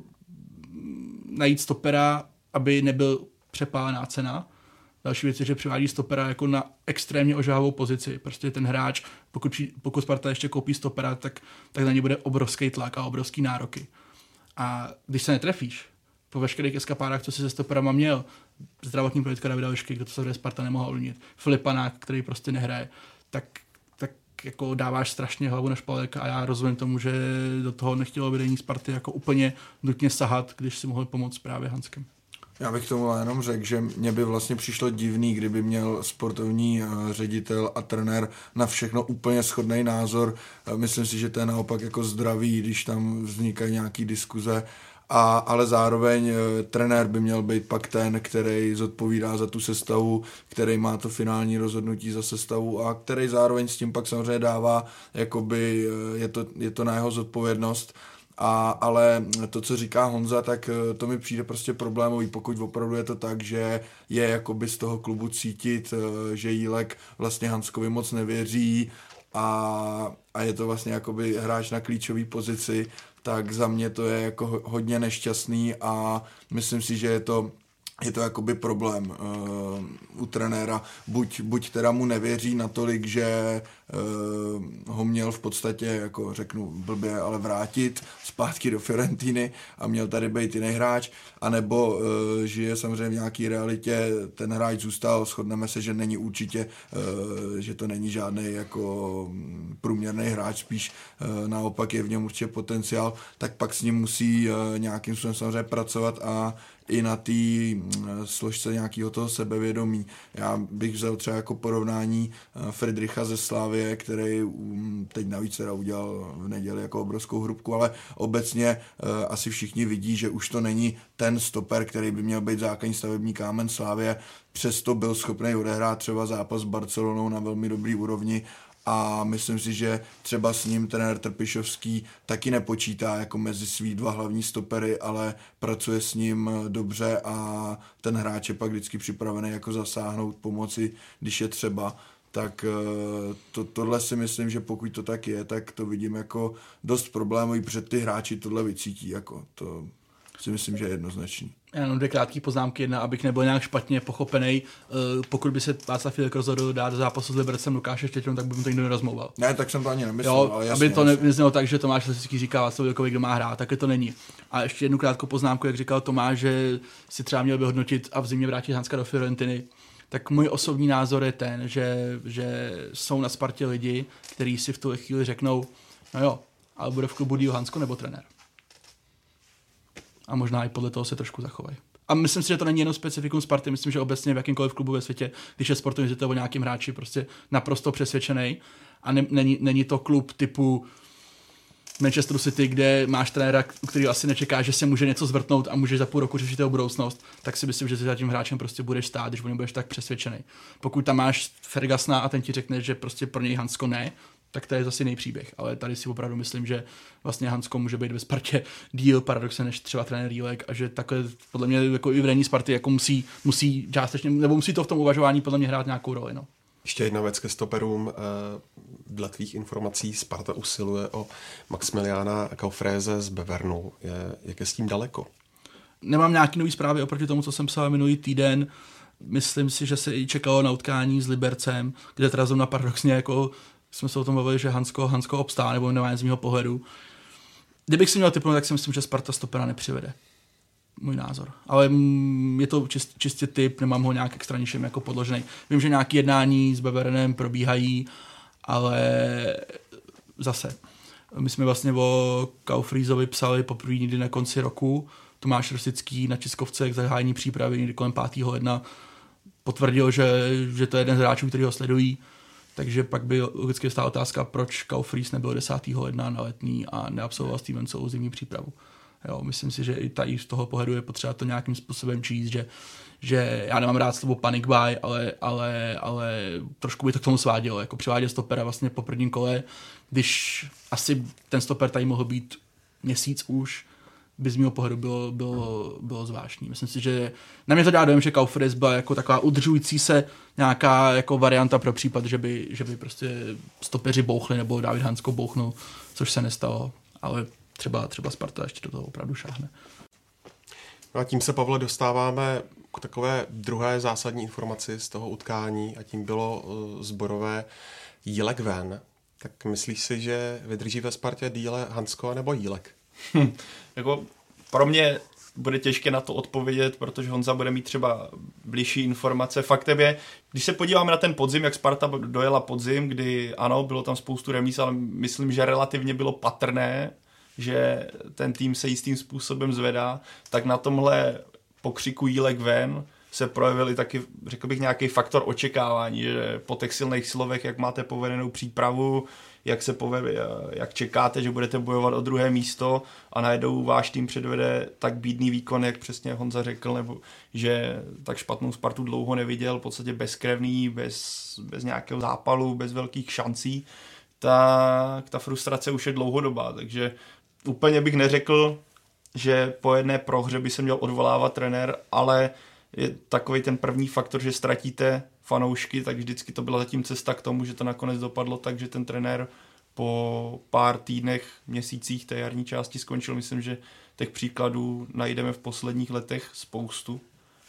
najít stopera, aby nebyl přepálená cena. Další věc je, že přivádí stopera jako na extrémně ožahavou pozici. Prostě ten hráč, pokud Sparta ještě koupí stopera, tak na ně bude obrovský tlak a obrovský nároky. A když se netrefíš, po veškerých eskapádách, co si se stoperama měl, zdravotní politika Davida Lišky, kdo to se Sparta nemohla ovlivnit, Filipanák, který prostě nehraje, tak jako dáváš strašně hlavu na špalek a já rozumím tomu, že do toho nechtělo vedení Sparty jako úplně nutně sahat, když si mohl pomoct právě Hanskem. Já bych tomu jenom řekl, že mě by vlastně přišlo divný, kdyby měl sportovní ředitel a trenér na všechno úplně shodný názor. Myslím si, že to je naopak jako zdravý, když tam vznikají nějaký diskuze. Ale zároveň trenér by měl být pak ten, který zodpovídá za tu sestavu, který má to finální rozhodnutí za sestavu a který zároveň s tím pak samozřejmě dává, jakoby je to na jeho zodpovědnost. Ale to, co říká Honza, tak to mi přijde prostě problémový, pokud opravdu je to tak, že je jakoby z toho klubu cítit, že Jílek vlastně Hanskovi moc nevěří a je to vlastně jakoby hráč na klíčové pozici, tak za mě to je jako hodně nešťastný a myslím si, že je to jakoby problém u trenéra. Buď teda mu nevěří natolik, že ho měl v podstatě, jako řeknu blbě, ale vrátit zpátky do Fiorentiny a měl tady být jiný hráč, anebo žije samozřejmě v nějaký realitě, ten hráč zůstal, shodneme se, že není určitě, že to není žádný jako průměrný hráč, spíš naopak je v něm určitě potenciál, tak pak s ním musí nějakým způsobem samozřejmě pracovat a i na té složce nějakého toho sebevědomí. Já bych vzal třeba jako porovnání Friedricha ze Slavie, který teď navíc teda udělal v neděli jako obrovskou hrubku, ale obecně asi všichni vidí, že už to není ten stoper, který by měl být základní stavební kámen Slavie, přesto byl schopný odehrát třeba zápas s Barcelonou na velmi dobrý úrovni a myslím si, že třeba s ním trenér Trpišovský taky nepočítá jako mezi svý 2 hlavní stopery, ale pracuje s ním dobře a ten hráč je pak vždycky připravený jako zasáhnout, pomoci, když je třeba. Tak tohle si myslím, že pokud to tak je, tak to vidím jako dost problémový, protože ty hráči tohle vycítí, jako to si myslím, že je jednoznačný. Jenom 2 krátké poznámky. Jedna, abych nebyl nějak špatně pochopený. Pokud by se Václav Jílek rozhodl dát do zápasu s Libercem Lukáše Štětinu, tak by mu to nikdo nerozmlouval. Ne, tak jsem to ani nemyslel, jo, ale jasně. Aby to neznělo tak, že Tomáš Lesický říká Václav Jílkovi, kdo má hrát, tak to není. A ještě jednu krátkou poznámku, jak říkal Tomáš, že si třeba měl vyhodnotit a v zimě vrátit Hanska do Fiorentiny. Tak můj osobní názor je ten, že jsou na Spartě lidi, kteří si v tu chvíli řeknou, no jo, ale bude v klubu díl Hansko nebo trenér. A možná i podle toho se trošku zachovají. A myslím si, že to není jenom specifikum Sparty, myslím, že obecně v jakýmkoliv klubu ve světě, když je sportovní ředitel o nějakým hráči prostě naprosto přesvědčený a není to klub typu Manchester City, kde máš trenéra, který asi nečeká, že se může něco zvrtnout a můžeš za půl roku řešit jeho budoucnost, tak si myslím, že za tím hráčem prostě budeš stát, když o něm budeš tak přesvědčený. Pokud tam máš Fergusona a ten ti řekne, že prostě pro něj Hansko ne, tak to je zase jiný příběh. Ale tady si opravdu myslím, že vlastně Hansko může být ve Spartě díl paradoxně než třeba trenér Jílek a že takhle podle mě jako i vedení Sparty jako musí částečně, nebo musí to v tom uvažování podle mě hrát nějakou roli. No. Ještě jedna věc ke stoperům. Dle tvých informací Sparta usiluje o Maximiliána Kaufréze z Bevernu. Jak je s tím daleko? Nemám nějaký nový zprávy oproti tomu, co jsem psal minulý týden. Myslím si, že se i čekalo na utkání s Libercem, kde teda zrovna paradoxně jako jsme se o tom bavili, že Hansko obstá, nebo minimálně z mého pohledu. Kdybych si měl tipnout, tak si myslím, že Sparta stopera nepřivede. Můj názor. Ale je to čistě tip, nemám ho nějak extra ničím jako podložený. Vím, že nějaké jednání s Beverenem probíhají, ale zase. My jsme vlastně o Kaufrízovi psali poprvé někdy na konci roku. Tomáš Rosický na tiskovce k zahájení přípravy někdy kolem 5. ledna potvrdil, že to je jeden z hráčů, který ho sledují. Takže pak by logicky stála otázka, proč Kaufríz nebyl 10. ledna na Letný a neabsolvoval Steven celou zimní přípravu. Jo, myslím si, že i tady z toho pohledu je potřeba to nějakým způsobem číst, že já nemám rád slovo panic buy, ale trošku by to k tomu svádělo. Jako přivádět stopera vlastně po prvním kole, když asi ten stoper tady mohl být měsíc už, by z mého pohledu bylo zvláštní. Myslím si, že na mě to dá dojem, že Kaufríz byla jako taková udržující se nějaká jako varianta pro případ, že by prostě stopeři bouchli nebo David Hansko bouchnul, což se nestalo, ale třeba Sparta ještě do toho opravdu šáhne. No a tím se, Pavle, dostáváme k takové druhé zásadní informaci z toho utkání a tím bylo sborové Jílek ven. Tak myslíš si, že vydrží ve Spartě díle Hansko nebo Jílek? Jako pro mě bude těžké na to odpovědět, protože Honza bude mít třeba bližší informace. Faktem je, když se podíváme na ten podzim, jak Sparta dojela podzim, kdy ano, bylo tam spoustu remíz, ale myslím, že relativně bylo patrné, že ten tým se jistým způsobem zvedá, tak na tomhle pokřiku Jílek ven se projevil i taky, řekl bych, nějaký faktor očekávání, že po těch silných slovech, jak máte povedenou přípravu, jak čekáte, že budete bojovat o druhé místo a najednou váš tým předvede tak bídný výkon, jak přesně Honza řekl, nebo že tak špatnou Spartu dlouho neviděl, v podstatě bezkrevný, bez nějakého zápalu, bez velkých šancí, tak ta frustrace už je dlouhodobá, takže úplně bych neřekl, že po jedné prohře by se měl odvolávat trenér, ale je takový ten první faktor, že ztratíte fanoušky, tak vždycky to byla zatím cesta k tomu, že to nakonec dopadlo tak, že ten trenér po pár týdnech, měsících té jarní části skončil. Myslím, že těch příkladů najdeme v posledních letech spoustu,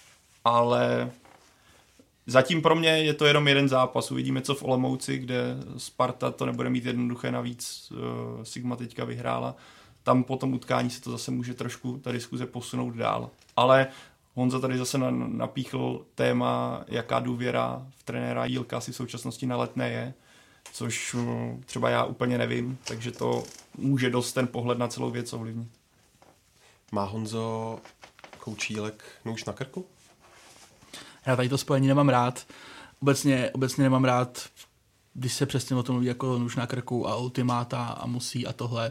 ale zatím pro mě je to jenom jeden zápas. Uvidíme, co v Olomouci, kde Sparta to nebude mít jednoduché, navíc Sigma teďka vyhrála. Tam po tom utkání se to zase může trošku ta diskuze posunout dál. Ale Honza tady zase napíchl téma, jaká důvěra v trenéra Jílka si v současnosti na Letné je, což třeba já úplně nevím, takže to může dost ten pohled na celou věc ovlivnit. Má Honzo kouč Jílek nůž na krku? Já tady to spojení nemám rád. Obecně nemám rád, když se přesně o tom mluví jako nůž na krku a ultimáta a musí a tohle.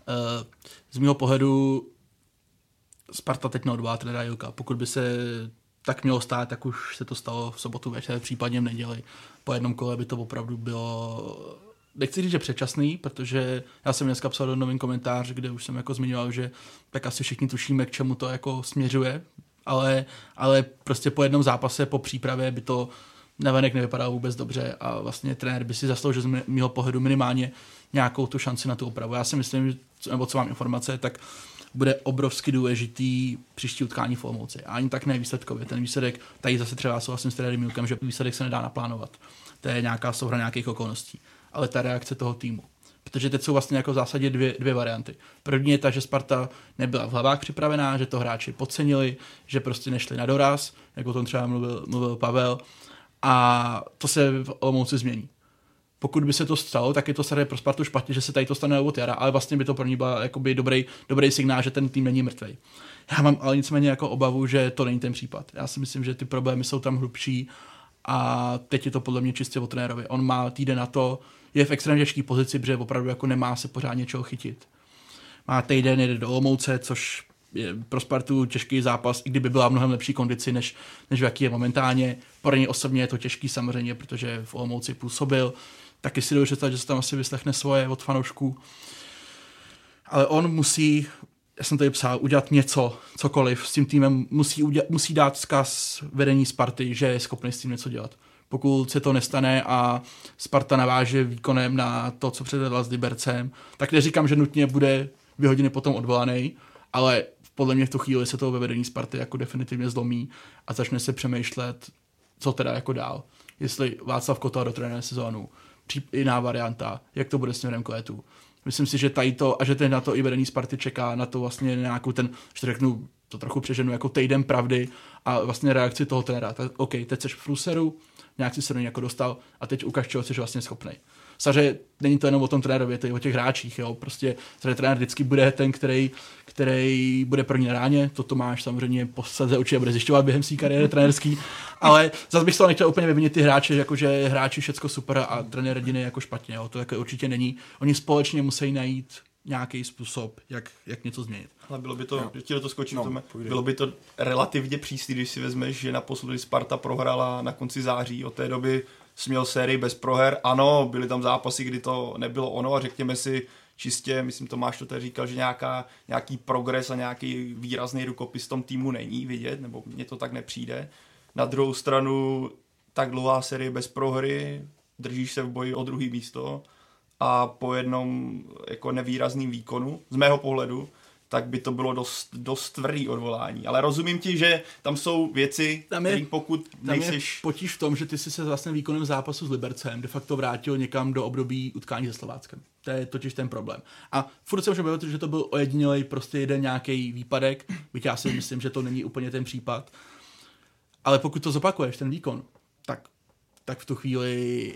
Z mého pohledu Sparta teď neodvolá trenéra Jílka. Pokud by se tak mělo stát, tak už se to stalo v sobotu večer, případně v neděli. Po jednom kole by to opravdu bylo, nechci říct, že předčasný, protože já jsem dneska psal do novin komentář, kde už jsem jako zmiňoval, že tak asi všichni tušíme, k čemu to jako směřuje, ale prostě po jednom zápase, po přípravě by to navenek nevypadalo vůbec dobře a vlastně trenér by si zasloužil z mého pohledu minimálně nějakou tu šanci na tu opravu. Já si myslím, nebo co mám informace, tak bude obrovsky důležitý příští utkání v Olomouci. A ani tak ne výsledkově. Ten výsledek, tady zase třeba souhlasím s trenérem Milkem, že výsledek se nedá naplánovat. To je nějaká souhra nějakých okolností. Ale ta reakce toho týmu. Protože teď jsou vlastně jako v zásadě dvě varianty. První je ta, že Sparta nebyla v hlavách připravená, že to hráči podcenili, že prostě nešli na doraz, jako o tom třeba mluvil Pavel, a to se v Olomouci změní. Pokud by se to stalo, tak je to staré pro Spartu špatně, že se tady to stane od jara, ale vlastně by to pro ní byl jakoby dobrý signál, že ten tým není mrtvej. Já mám ale nicméně jako obavu, že to není ten případ. Já si myslím, že ty problémy jsou tam hlubší a teď je to podle mě čistě o trenérovi. On má týden na to, je v extrémně těžké pozici, protože opravdu jako nemá se pořádně čeho chytit. Má týden, jede do Olomouce, což je pro Spartu těžký zápas, i kdyby byla v mnohem lepší kondici, než v jaký je momentálně. Pro něj osobně je to těžký samozřejmě, protože v Olomouci působil. Taky si dovedu představit, že se tam asi vyslechne svoje od fanoušků. Ale on musí, já jsem tady psal, udělat něco, cokoliv s tím týmem, musí dát vzkaz vedení Sparty, že je schopný s tím něco dělat. Pokud se to nestane a Sparta naváže výkonem na to, co předvedla s Libercem, tak neříkám, že nutně bude 2 hodiny potom odvolaný, ale podle mě v tu chvíli se to ve vedení Sparty jako definitivně zlomí a začne se přemýšlet, co teda jako dál. Jestli Václav Kotal do trénuje sezónu, jiná varianta, jak to bude směrem k létu. Myslím si, že tady to, a že ten na to i vedení Sparty čeká, na to vlastně nějakou ten, že řeknu, to trochu přeženu, jako týden pravdy a vlastně reakci toho trenéra. Tak, OK, teď seš v průseru, nějak si se do něj jako dostal a teď ukaž, čeho jsi vlastně schopnej. Samozřejmě není to jenom o tom trenérovi, to je o těch hráčích, jo. Prostě trenér vždycky bude ten, který bude první na ráně, to Tomáš samozřejmě posledně určitě bude zjišťovat během své kariéry trenérský, ale zase bych to nechtěl úplně vyvinit ty hráče, jakože hráči všecko super a trenér rodiny jako špatně, jo. To jako určitě není. Oni společně musí najít nějaký způsob, jak něco změnit. Ale bylo by to, chtěl to skočit, bylo by to relativně přísný, když si vezmeš, že naposledy Sparta prohrála na konci září, od té doby směl sérii bez proher. Ano, byly tam zápasy, kdy to nebylo ono a řekněme si čistě, myslím Tomáš to tady říkal, že nějaký progres a nějaký výrazný rukopis v tom týmu není vidět, nebo mně to tak nepřijde. Na druhou stranu tak dlouhá série bez prohry, držíš se v boji o druhý místo a po jednom jako nevýrazným výkonu, z mého pohledu, tak by to bylo dost tvrdý odvolání. Ale rozumím ti, že tam jsou věci, které pokud nejsiš... Tam je potíž v tom, že ty jsi se vlastně výkonem zápasu s Libercem de facto vrátil někam do období utkání se Slováckem. To je totiž ten problém. A furt se můžeme bavit, že to byl ojedinělej prostě jeden nějaký výpadek, byť já si myslím, že to není úplně ten případ. Ale pokud to zopakuješ, ten výkon, tak v tu chvíli...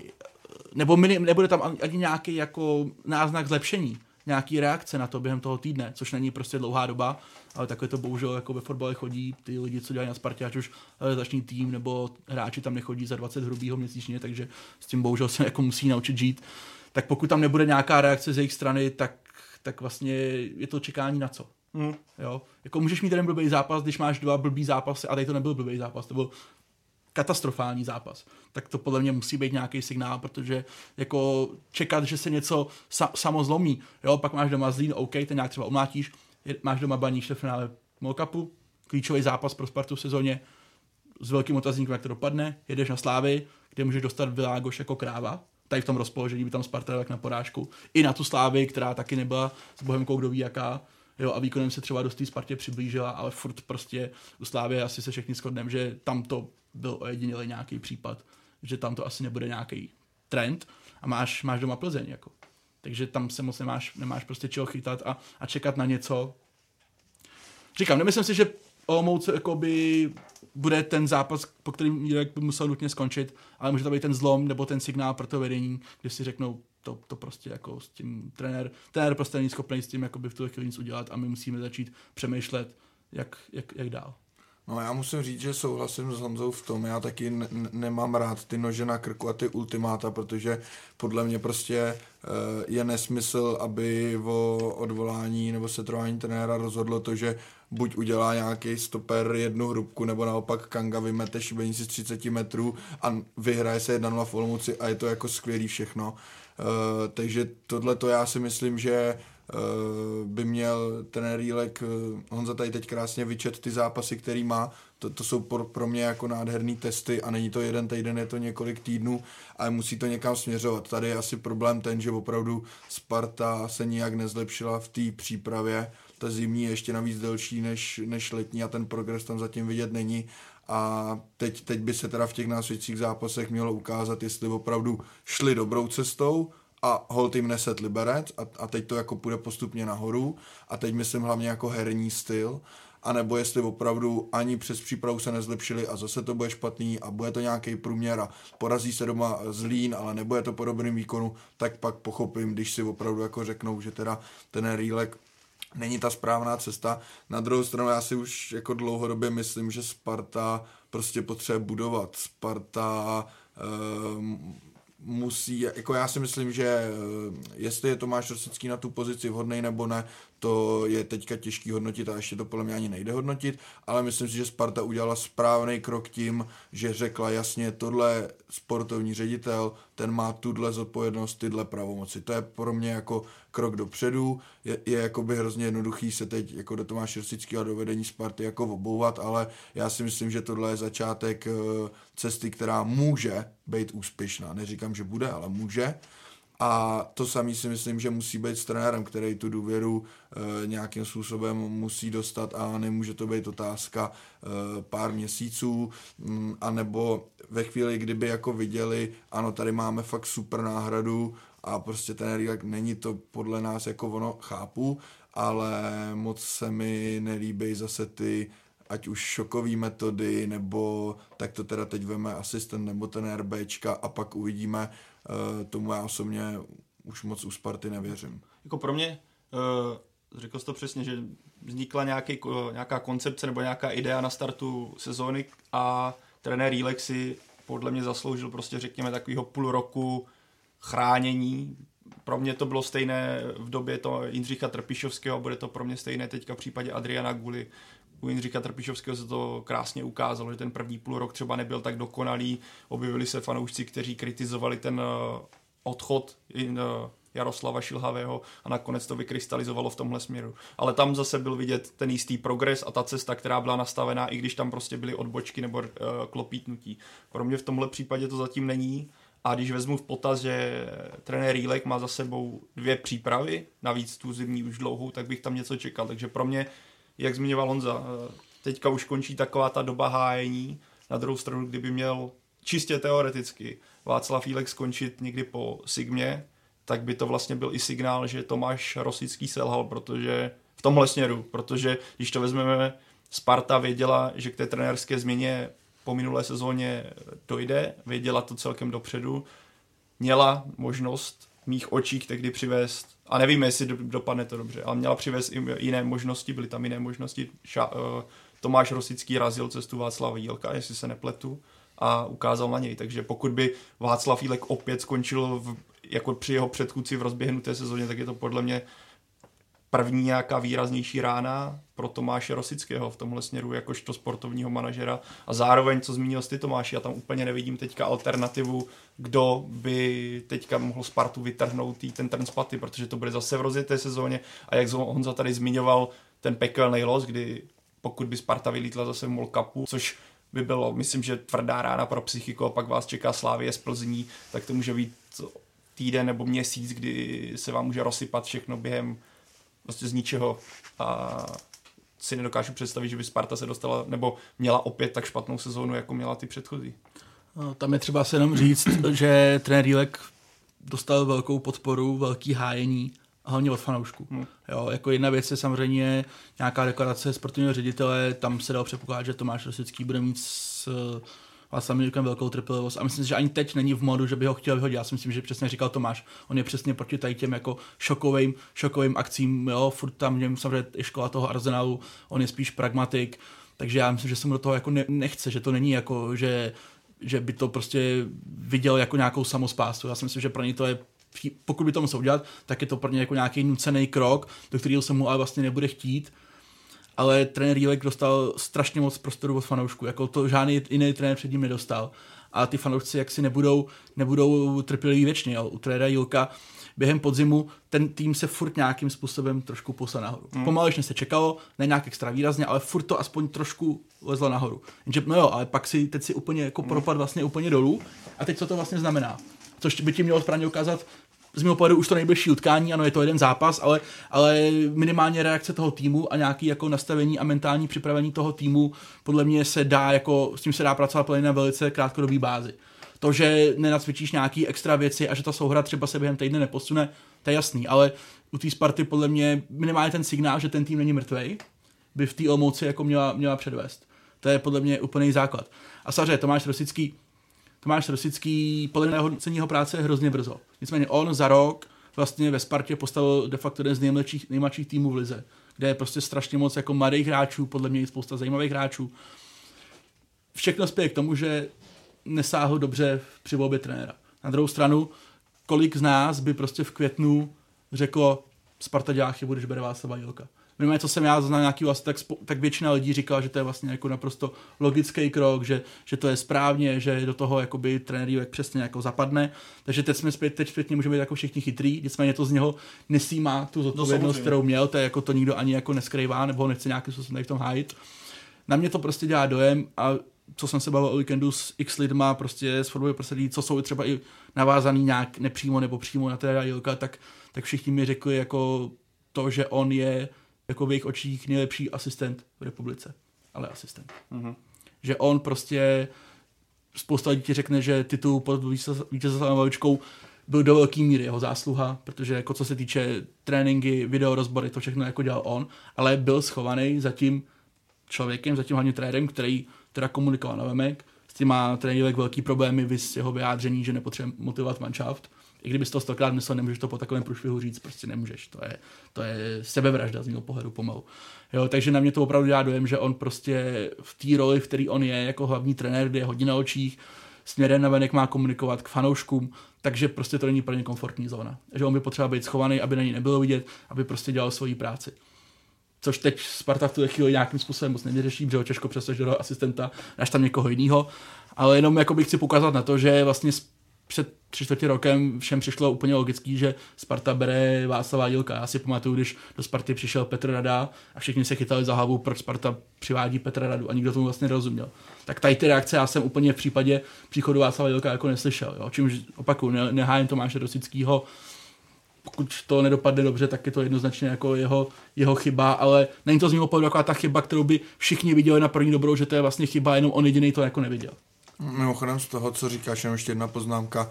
Nebude tam ani nějaký jako náznak zlepšení, nějaký reakce na to během toho týdne, což není prostě dlouhá doba, ale takhle to bohužel jako ve fotbale chodí ty lidi, co dělají na Spartě, ať už začný tým nebo hráči tam nechodí za 20 hrubýho měsíčně, takže s tím bohužel se jako musí naučit žít. Tak pokud tam nebude nějaká reakce z jejich strany, tak vlastně je to čekání na co. Jo? Jako můžeš mít jeden blbý zápas, když máš 2 blbý zápasy a tady to nebyl blbý zápas, to byl katastrofální zápas. Tak to podle mě musí být nějaký signál, protože jako čekat, že se něco samo zlomí. Jo, pak máš doma Zlín, OK, ten nějak třeba omlátíš, máš doma Baník v finále Molkapu, klíčový zápas pro Spartu v sezóně s velkým otazníkem, jak to dopadne, jedeš na Slávy, kde můžeš dostat Világoš jako kráva, tady v tom rozpoložení by tam Sparta tak na porážku, i na tu Slávy, která taky nebyla s Bohemkou kdo ví jaká, jo, a výkonem se třeba dost té Spartě přiblížila, ale furt prostě u Slávy asi se všichni shodneme, že tam to byl ojedinělý nějaký případ, že tam to asi nebude nějaký trend a máš doma Plzeň, jako. Takže tam se moc nemáš prostě čeho chytat a čekat na něco. Říkám, nemyslím si, že Olomouc jakoby bude ten zápas, po kterým Jirek by musel nutně skončit, ale může to být ten zlom nebo ten signál pro to vedení, kde si řeknou, to prostě jako s tím trenér prostě není schopný s tím jakoby v tu chvíli nic udělat a my musíme začít přemýšlet, jak dál. No já musím říct, že souhlasím s Honzou v tom, já taky nemám rád ty nože na krku a ty ultimáta, protože podle mě prostě je nesmysl, aby o odvolání nebo setrvání trenéra rozhodlo to, že buď udělá nějaký stoper 1 hrubku, nebo naopak Kanga vymete šibenici z 30 metrů a vyhraje se 1-0 v Olomouci a je to jako skvělý všechno. Takže tohleto já si myslím, že by měl trenér Jílek, Honza tady teď krásně vyčet ty zápasy, který má, to jsou pro mě jako nádherný testy a není to jeden týden, je to několik týdnů, ale musí to někam směřovat. Tady je asi problém ten, že opravdu Sparta se nijak nezlepšila v té přípravě, ta zimní je ještě navíc delší než letní a ten progres tam zatím vidět není. A teď by se teda v těch následujících zápasech mělo ukázat, jestli opravdu šli dobrou cestou a holt jim neset liberec a teď to jako půjde postupně nahoru a teď myslím hlavně jako herní styl, anebo jestli opravdu ani přes přípravu se nezlepšili a zase to bude špatný a bude to nějaký průměr a porazí se doma Zlín, ale nebude to podobným výkonu, tak pak pochopím, když si opravdu jako řeknou, že teda ten Rýlek není ta správná cesta. Na druhou stranu já si už jako dlouhodobě myslím, že Sparta prostě potřebuje budovat. Sparta musí, jako já si myslím, že jestli je Tomáš Rosický na tu pozici vhodnej nebo ne, to je teďka těžký hodnotit a ještě to podle mě ani nejde hodnotit, ale myslím si, že Sparta udělala správný krok tím, že řekla jasně, tohle sportovní ředitel, ten má tuhle zodpovědnost, tyhle pravomoci. To je pro mě jako krok dopředu, je jakoby hrozně jednoduchý se teď jako do Tomáše Rosického a do vedení Sparty jako obouvat, ale já si myslím, že tohle je začátek cesty, která může být úspěšná. Neříkám, že bude, ale může. A to samý si myslím, že musí být s trenérem, který tu důvěru nějakým způsobem musí dostat a nemůže to být otázka pár měsíců, anebo ve chvíli, kdyby jako viděli, ano, tady máme fakt super náhradu a prostě ten Rýlek není to podle nás jako ono, chápu, ale moc se mi nelíbí zase ty ať už šokové metody, nebo tak to teda teď veme asistent nebo ten RBčka a pak uvidíme. Tomu já osobně už moc u Sparty nevěřím. Jako pro mě, řekl jsi to přesně, že vznikla nějaká koncepce nebo nějaká idea na startu sezóny a trenér Rýlek si podle mě zasloužil prostě řekněme takového půl roku chránění. Pro mě to bylo stejné v době to Jindřicha Trpišovského, bude to pro mě stejné teďka v případě Adriana Guly. U Jindřicha Trpišovského se to krásně ukázalo, že ten první půl rok třeba nebyl tak dokonalý, objevili se fanoušci, kteří kritizovali ten odchod Jaroslava Šilhavého a nakonec to vykrystalizovalo v tomhle směru. Ale tam zase byl vidět ten jistý progres a ta cesta, která byla nastavená, i když tam prostě byly odbočky nebo klopítnutí. Pro mě v tomhle případě to zatím není. A když vezmu v potaz, že trenér Rýlek má za sebou 2 přípravy, navíc tu zimní už dlouhou, tak bych tam něco čekal. Takže pro mě, jak zmiňoval Honza, teďka už končí taková ta doba hájení. Na druhou stranu, kdyby měl čistě teoreticky Václav Jílek skončit někdy po Sigmě, tak by to vlastně byl i signál, že Tomáš Rosický selhal, protože v tomhle směru, protože když to vezmeme, Sparta věděla, že k té trenérské změně po minulé sezóně dojde, věděla to celkem dopředu, měla možnost v mých očích tehdy přivést, a nevíme, jestli dopadne to dobře, ale měla přivést i jiné možnosti, byly tam jiné možnosti. Tomáš Rosický razil cestu Václava Jílka, jestli se nepletu, a ukázal na něj. Takže pokud by Václav Jílek opět skončil jako při jeho předchůdci v rozběhnuté sezóně, tak je to podle mě první nějaká výraznější rána pro Tomáše Rosického v tomhle směru jakožto sportovního manažera. A zároveň, co zmínil jsi ty, Tomáši, já tam úplně nevidím teďka alternativu, kdo by teďka mohl Spartu vytrhnout ten trn z paty, protože to bude zase v rozjeté sezóně a jak Honza tady zmiňoval, ten pekelný los, kdy pokud by Sparta vylítla zase v MOL Cupu, což by bylo, myslím, že tvrdá rána pro psychiku a pak vás čeká Slavie z Plzní, tak to může být týden nebo měsíc, kdy se vám může rozsypat všechno během vlastně z ničeho a si nedokážu představit, že by Sparta se dostala nebo měla opět tak špatnou sezónu, jako měla ty předchozí. No, tam je třeba se jenom říct, že trenér Jílek dostal velkou podporu, velký hájení, hlavně od fanoušků. Jo, jako jedna věc je samozřejmě nějaká deklarace sportovního ředitele, tam se dalo předpokládat, že Tomáš Rosický bude mít s Václavem Jílkem velkou trpělivost a myslím, že ani teď není v modu, že by ho chtěl vyhodit. Já si myslím, že přesně říkal Tomáš, on je přesně proti tady těm jako šokovým akcím, jo, furt tam něm samozřejmě i škola toho Arsenalu, on je spíš pragmatik, takže já myslím, že se mu do toho jako nechce, že to není jako, že by to prostě viděl jako nějakou samospásu. Já si myslím, že pro něj to je, pokud by to musel udělat, tak je to pro něj jako nějaký nucený krok, do kterého se mu ale vlastně nebude chtít. Ale trenér Jílek dostal strašně moc prostoru od fanoušků, jako to žádný jiný trenér před ním nedostal. A ty fanoušci jaksi nebudou trpěliví věčně. Jo. U trenéra Jílka během podzimu ten tým se furt nějakým způsobem trošku poslal nahoru. Pomalejš než se čekalo, ne nějak extra výrazně, ale furt to aspoň trošku lezlo nahoru. Jenže, no jo, ale pak teď si úplně jako propad vlastně úplně dolů a teď co to vlastně znamená? Což by ti mělo správně ukázat z mého pohledu už to nejbližší utkání, ano, je to jeden zápas, ale minimálně reakce toho týmu a nějaký jako nastavení a mentální připravení toho týmu podle mě se dá jako, s tím se dá pracovat na velice krátkodobý bázi. To, že nenacvičíš nějaký extra věci a že ta souhra třeba se během týdne neposune, to je jasný, ale u té Sparty podle mě minimálně ten signál, že ten tým není mrtvej, by v té Olomouci jako měla předvést. To je podle mě úplný základ. A samozřejmě Tomáš Rosický podle mě hodnocení jeho práce je hrozně brzo. Nicméně on za rok vlastně ve Spartě postavil de facto jeden z nejmladších týmů v lize, kde je prostě strašně moc jako mladých hráčů, podle mě i spousta zajímavých hráčů. Všechno spěje k tomu, že nesáhl dobře při volbě trenéra. Na druhou stranu, kolik z nás by prostě v květnu řeklo, Sparta dělá chybu, když bere Václava Jílka. Minimálně, co jsem já znal nějaký vlastně, tak většina lidí říkala, že to je vlastně jako naprosto logický krok, že to je správně, že do toho jakoby trenér Jílek přesně jako zapadne. Takže teď zpětně můžeme být jako všichni chytrý, nicméně to z něho nesímá tu zodpovědnost, kterou měl, to je jako to nikdo ani jako neskrývá, nebo ho nechce nějakým způsobem v tom hájit. Na mě to prostě dělá dojem a co jsem se bavil o víkendu s x lidma, prostě s fotbalovými prostředí, co jsou třeba i navázaný nějak nepřímo nebo přímo na trenéra Jílka, tak všichni mi řekli jako to, že on je jako v jejich očích nejlepší asistent v republice. Ale asistent. Mm-hmm. Že on prostě, spousta lidí ti řekne, že titul pod vítězem Lavičkou byl do velké míry jeho zásluha, protože jako co se týče tréninky, videorozbory, to všechno jako dělal on, ale byl schovaný za tím člověkem, za tím hlavním trenérem, který teda komunikoval na vemek. S tím má trenér velký problémy, vys jeho vyjádření, že nepotřebuje motivovat manšaft. I kdybys to 100krát myslel, nemůžeš to po takovém průšvihu říct, prostě nemůžeš. To je sebevražda z mého pohledu pomalu. Jo, takže na mě to opravdu dělá dojem, že on prostě v té roli, v který on je jako hlavní trenér, kde je hodně na očích, směrem na venek má komunikovat k fanouškům, takže prostě to není pro ně komfortní zóna. Že on by potřeboval být schovaný, aby na ní nebylo vidět, aby prostě dělal svoji práci. Což teď Sparta v tuhle chvíli nějakým způsobem moc nevyřeší, protože ho těžko přestože do asistenta, dáš tam někoho jiného, ale jenom jako bych chci poukázat na to, že vlastně před 3/4 rokem všem přišlo úplně logický, že Sparta bere Václava Jílka. Já si pamatuju, když do Sparty přišel Petr Rada a všichni se chytali za hlavu, proč Sparta přivádí Petra Radu a nikdo tomu vlastně nerozuměl. Tak tady ty reakce já jsem úplně v případě příchodu Václava Jílka jako neslyšel. Jo? Čímž opakuju, nehájím Tomáše Rosickýho, pokud to nedopadne dobře, tak je to jednoznačně jako jeho chyba, ale není to z mého pohledu taková ta chyba, kterou by všichni viděli na první dobrou, že to je vlastně chyba, jenom on jediný to jako neviděl. Mimochodem z toho, co říkáš, jenom ještě jedna poznámka,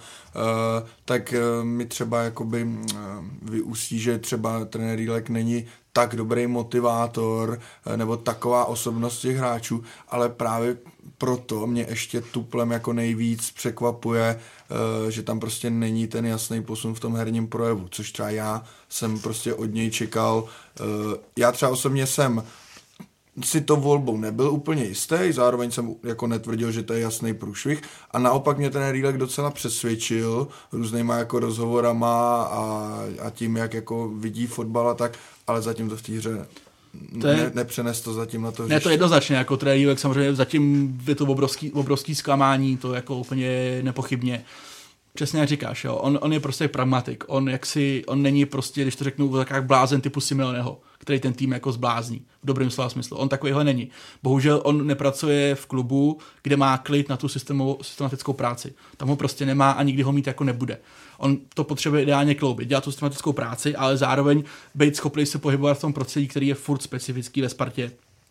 tak mi třeba jakoby vyústí, že třeba trenér Jílek není tak dobrý motivátor nebo taková osobnost těch hráčů, ale právě proto mě ještě tuplem jako nejvíc překvapuje, že tam prostě není ten jasný posun v tom herním projevu, což třeba já jsem prostě od něj čekal. Já třeba osobně jsem si to volbou nebyl úplně jistý, zároveň jsem jako netvrdil, že to je jasný průšvih a naopak mě ten Jílek docela přesvědčil různýma jako rozhovorama a tím, jak jako vidí fotbal a tak, ale zatím to v té hře nepřenes to zatím na to. Ne, to jednoznačně, jako trenér Jílek samozřejmě zatím je to obrovský zklamání, to jako úplně nepochybně. Přesně jak říkáš, jo. On je prostě pragmatik, on není prostě, když to řeknu, tak blázen typu Simeoneho, který ten tým jako zblázní, v dobrém slova smyslu. On takovýhle není. Bohužel on nepracuje v klubu, kde má klid na tu systematickou práci. Tam ho prostě nemá a nikdy ho mít jako nebude. On to potřebuje ideálně kloubit, dělat tu systematickou práci, ale zároveň být schopný se pohybovat v tom prostředí, který je furt specifický ve Spartě.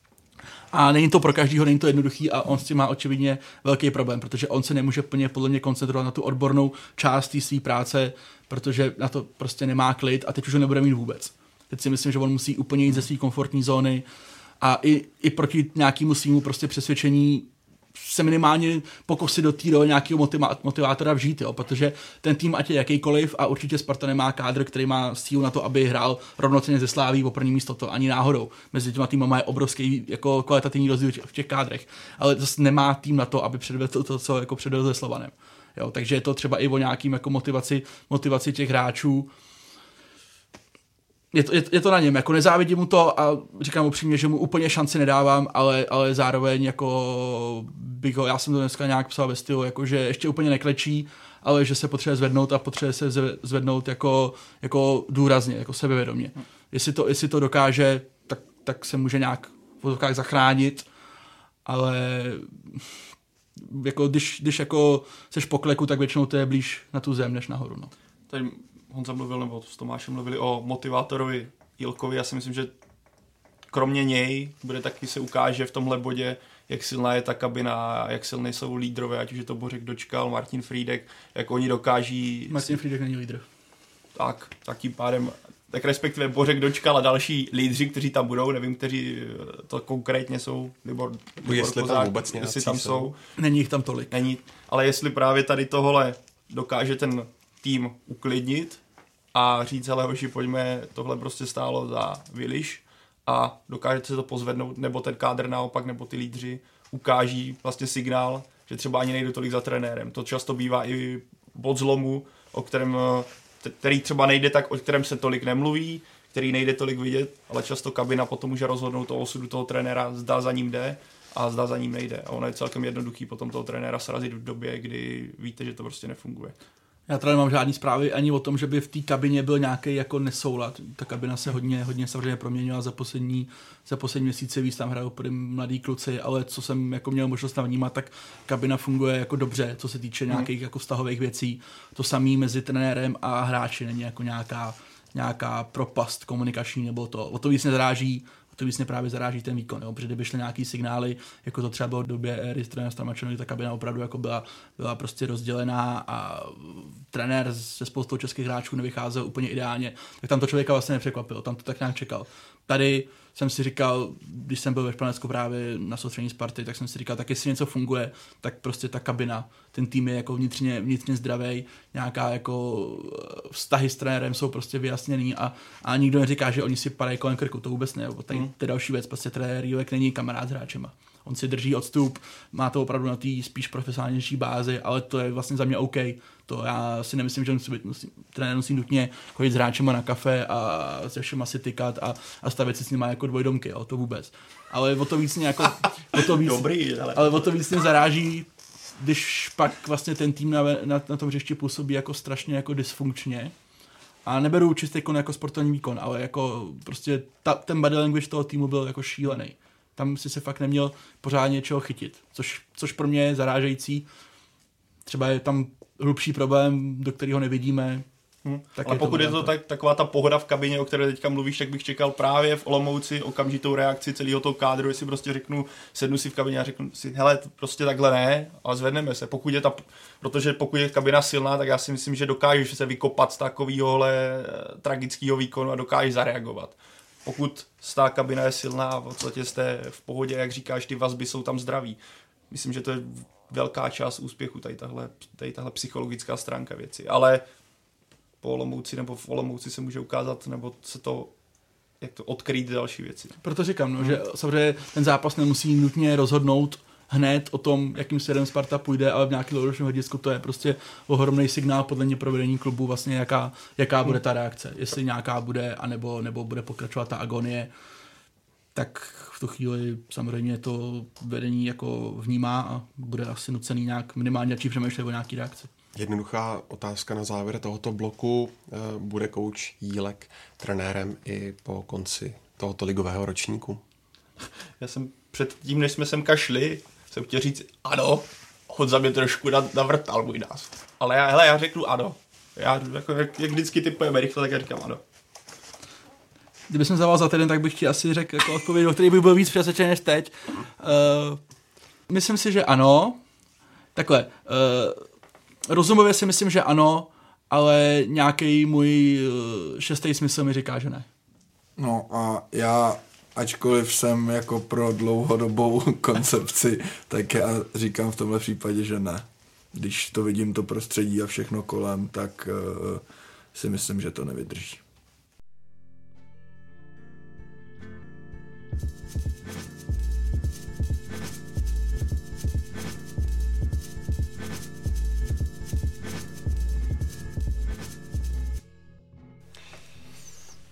A není to pro každýho, není to jednoduchý a on s tím má očividně velký problém, protože on se nemůže plně podle mě koncentrovat na tu odbornou část té své práce, protože na to prostě nemá klid a teď už ho nebude mít vůbec. Teď si myslím, že on musí úplně jít ze své komfortní zóny a i proti nějakému svýmu prostě přesvědčení se minimálně pokusit do té role nějakého motivátora vžít, jo, protože ten tým ať je jakýkoliv a určitě Sparta nemá kádr, který má sílu na to, aby hrál rovnocenně ze Sláví o první místo, to ani náhodou. Mezi těma týmama je obrovský jako kvalitativní rozdíl v těch kádrech, ale zase nemá tým na to, aby předvedl to, co jako předvedl se Slovanem. Jo, takže je to třeba i o nějakým jako motivaci těch hráčů. Je to na něm, jako nezávidím mu to a říkám upřímně, že mu úplně šanci nedávám, ale zároveň jako já jsem to dneska nějak psal ve stylu, jako že ještě úplně neklečí ale že se potřebuje zvednout a potřebuje se zvednout jako důrazně, jako sebevědomě. Jestli to dokáže, tak se může nějak zachránit, ale jako když jako seš po kleku, tak většinou to je blíž na tu zem, než nahoru. No. Tady Honza mluvil, nebo s Tomášem mluvili o motivátorovi Jilkovi. Já si myslím, že kromě něj bude taky se ukáže v tomhle bodě, jak silná je ta kabina, jak silný jsou lídrové, ať už je to Bořek Dočkal, Martin Frýdek, jak oni dokáží... Martin Frýdek není lídr. Tak tím pádem, tak respektive Bořek Dočkal a další lídři, kteří tam budou, nevím, kteří to konkrétně jsou, Libor jestli Kozák, tam vůbec jestli tam jsou. Není jich tam tolik. Není, ale jestli právě tady tohle dokáže ten tým uklidnit a říct, hele hoši, pojďme, tohle prostě stálo za Viliš a dokáže se to pozvednout, nebo ten kádr naopak, nebo ty lídři ukáží vlastně signál, že třeba ani nejde tolik za trenérem. To často bývá i bod zlomu, který třeba nejde tak, o kterém se tolik nemluví, který nejde tolik vidět, ale často kabina potom může rozhodnout o osudu toho trenéra, zda za ním jde a zda za ním nejde. A ono je celkem jednoduchý potom toho trenéra srazit v době, kdy víte, že to prostě nefunguje. Já teda nemám žádný zprávy ani o tom, že by v té kabině byl nějaký jako nesoulad. Ta kabina se hodně samozřejmě proměnila za poslední měsíce, víc tam hrajou mladí kluci, ale co jsem jako měl možnost navnímat, tak kabina funguje jako dobře, co se týče nějakých jako vztahových věcí. To samé mezi trenérem a hráči, není jako nějaká propast komunikační, nebo to. O to víc nezaráží, to víc právě zaráží ten výkon, jo? Protože kdyby šly nějaký signály, jako to třeba bylo v době éry trenéra Stramačanovi, ta kabina opravdu jako byla prostě rozdělená a trenér se spoustou českých hráčů nevycházel úplně ideálně, tak tam to člověka vlastně nepřekvapilo, tam to tak nějak čekal. Tady jsem si říkal, když jsem byl ve Španělsku právě na soustředění Sparty, tak jsem si říkal, tak jestli něco funguje, tak prostě ta kabina, ten tým je jako vnitřně zdravej, nějaká jako vztahy s trenérem jsou prostě vyjasněný a nikdo neříká, že oni si padají kolem krku, to vůbec ne. Tady to je další věc, prostě trenér Jílek není kamarád s hráčema. On si drží odstup, má to opravdu na té spíš profesionálnější bázi, ale to je vlastně za mě OK. To já si nemyslím, že trenér musí nutně chodit s hráčema na kafe a se všema si tykat a stavět si s nima jako dvojdomky, jo, to vůbec. Ale o to víc mě jako... ale o to víc mě zaráží, když pak vlastně ten tým na tom hřišti působí jako strašně jako dysfunkčně. A neberu čistě jako sportovní výkon, ale jako prostě ten body language toho týmu byl jako šílený. Tam si se fakt neměl pořádně čeho chytit, což pro mě je zarážející. Třeba je tam hlubší problém, do kterého nevidíme. Ale pokud je to taková ta pohoda v kabině, o které teďka mluvíš, tak bych čekal právě v Olomouci okamžitou reakci celého toho kádru, jestli prostě sednu si v kabině a řeknu si, hele, prostě takhle ne, ale zvedneme se. Protože pokud je kabina silná, tak já si myslím, že dokážeš se vykopat z takovýhohle tragického výkonu a dokážeš zareagovat. Pokud ta kabina je silná a v podstatě jste v pohodě, jak říkáš, ty vazby jsou tam zdraví. Myslím, že to je velká část úspěchu, tady tahle psychologická stránka věci. Ale po Olomouci nebo v Olomouci se může ukázat, nebo se to, jak to odkrýt další věci. Proto říkám, že samozřejmě ten zápas nemusí nutně rozhodnout hned o tom, jakým směrem Sparta půjde, ale v nějakém dlouhodobém hledisku to je prostě ohromný signál podle mě pro vedení klubu, vlastně jaká bude ta reakce. Jestli nějaká bude, nebo bude pokračovat ta agonie, tak v tu chvíli samozřejmě to vedení jako vnímá a bude asi nucený nějak minimálně začít přemýšlet o nějaký reakci. Jednoduchá otázka na závěr tohoto bloku. Bude kouč Jílek trenérem i po konci tohoto ligového ročníku? Já jsem předtím, než jsme sem kašli, jsem chtěl říct ano, Honza mě trošku navrtal můj nás. Ale já řeknu ano. Já jako, jak vždycky typujeme rychle, tak já říkám ano. Kdyby jsem zavál za týden, tak bych ti asi řekl jako odpověď, o který bych byl víc přesvědčený než teď. Myslím si, že ano. Takhle. Rozumově si myslím, že ano, ale nějaký můj šestý smysl mi říká, že ne. No a já, ačkoliv jsem jako pro dlouhodobou koncepci, tak já říkám v tomhle případě, že ne. Když to vidím, to prostředí a všechno kolem, tak si myslím, že to nevydrží.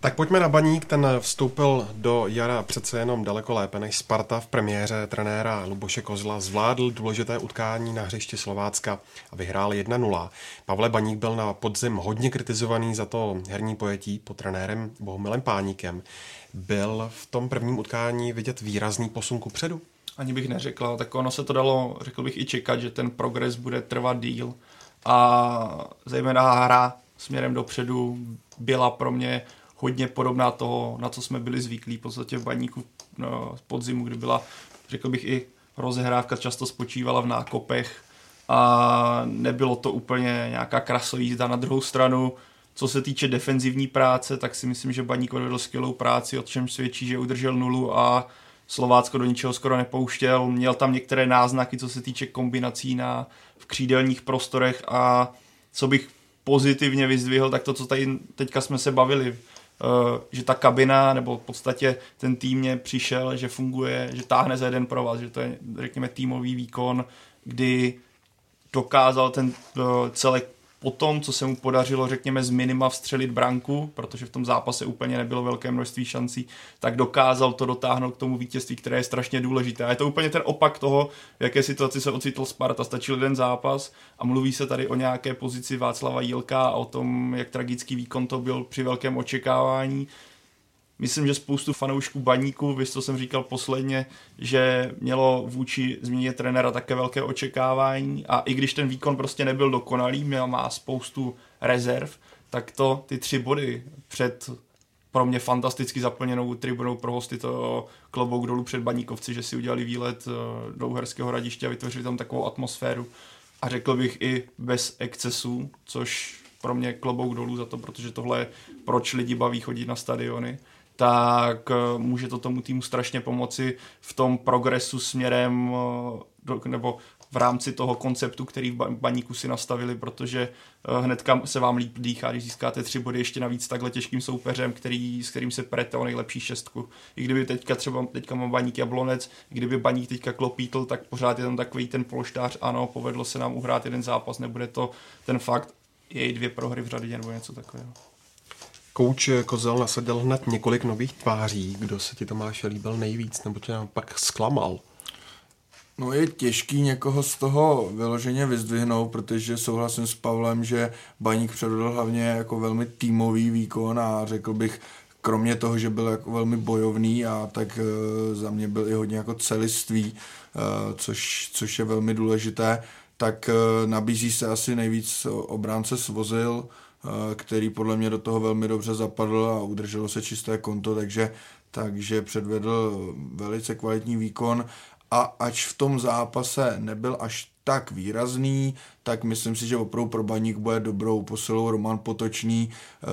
Tak pojďme na Baník, ten vstoupil do jara přece jenom daleko lépe než Sparta. V premiéře trenéra Luboše Kozla zvládl důležité utkání na hřišti Slovácka a vyhrál 1-0. Pavle, Baník byl na podzim hodně kritizovaný za to herní pojetí pod trenérem Bohumilem Páníkem. Byl v tom prvním utkání vidět výrazný posun kupředu? Ani bych neřekl, tak ono se to dalo, řekl bych, i čekat, že ten progres bude trvat díl. A zejména hra směrem dopředu byla pro mě hodně podobná toho, na co jsme byli zvyklí v podstatě v Baníku v podzimu, kdy byla, řekl bych, i rozehrávka často spočívala v nákopech a nebylo to úplně nějaká krasojízda. Na druhou stranu, co se týče defenzivní práce, tak si myslím, že Baník odvedl skvělou práci, o čem svědčí, že udržel 0 a Slovácko do ničeho skoro nepouštěl. Měl tam některé náznaky, co se týče kombinací v křídelních prostorech a co bych pozitivně vyzdvihl, tak to, co tady teďka jsme se bavili, že ta kabina, nebo v podstatě ten tým mě přišel, že funguje, že táhne za jeden provaz, že to je, řekněme, týmový výkon, kdy dokázal ten celek po tom, co se mu podařilo, řekněme, z minima vstřelit branku, protože v tom zápase úplně nebylo velké množství šancí, tak dokázal to dotáhnout k tomu vítězství, které je strašně důležité. A je to úplně ten opak toho, v jaké situaci se ocitl Sparta. Stačil jeden zápas a mluví se tady o nějaké pozici Václava Jílka a o tom, jak tragický výkon to byl při velkém očekávání. Myslím, že spoustu fanoušků Baníku, víš, co jsem říkal posledně, že mělo vůči změně trenéra také velké očekávání a i když ten výkon prostě nebyl dokonalý, má spoustu rezerv, tak ty 3 body před pro mě fantasticky zaplněnou tribunou pro hosty, to klobouk dolů před Baníkovci, že si udělali výlet do Uherského Hradiště a vytvořili tam takovou atmosféru a řekl bych i bez excesů, což pro mě klobouk dolů za to, protože tohle je, proč lidi baví chodit na stadiony, tak může to tomu týmu strašně pomoci v tom progresu směrem nebo v rámci toho konceptu, který v Baníku si nastavili, protože hnedka se vám líp dýchá, když získáte 3 body ještě navíc takhle těžkým soupeřem, s kterým se perete o nejlepší 6. I kdyby teďka mám Baník Jablonec, kdyby Baník teďka klopítl, tak pořád je tam takový ten polštář, ano, povedlo se nám uhrát jeden zápas, nebude to ten fakt, jej 2 prohry v řadě nebo něco takového. Kouč Kozel nasadil hned několik nových tváří. Kdo se ti, Tomáše, líbil nejvíc, nebo tě naopak zklamal? No je těžký někoho z toho vyloženě vyzdvihnout, protože souhlasím s Pavlem, že Baník předvedl hlavně jako velmi týmový výkon a řekl bych, kromě toho, že byl jako velmi bojovný a tak za mě byl i hodně jako celistvý, což je velmi důležité, tak nabízí se asi nejvíc obránce Svozil, který podle mě do toho velmi dobře zapadl a udrželo se čisté konto, takže předvedl velice kvalitní výkon a ač v tom zápase nebyl až tak výrazný, tak myslím si, že opravdu pro Baník bude dobrou posilou Roman Potočný,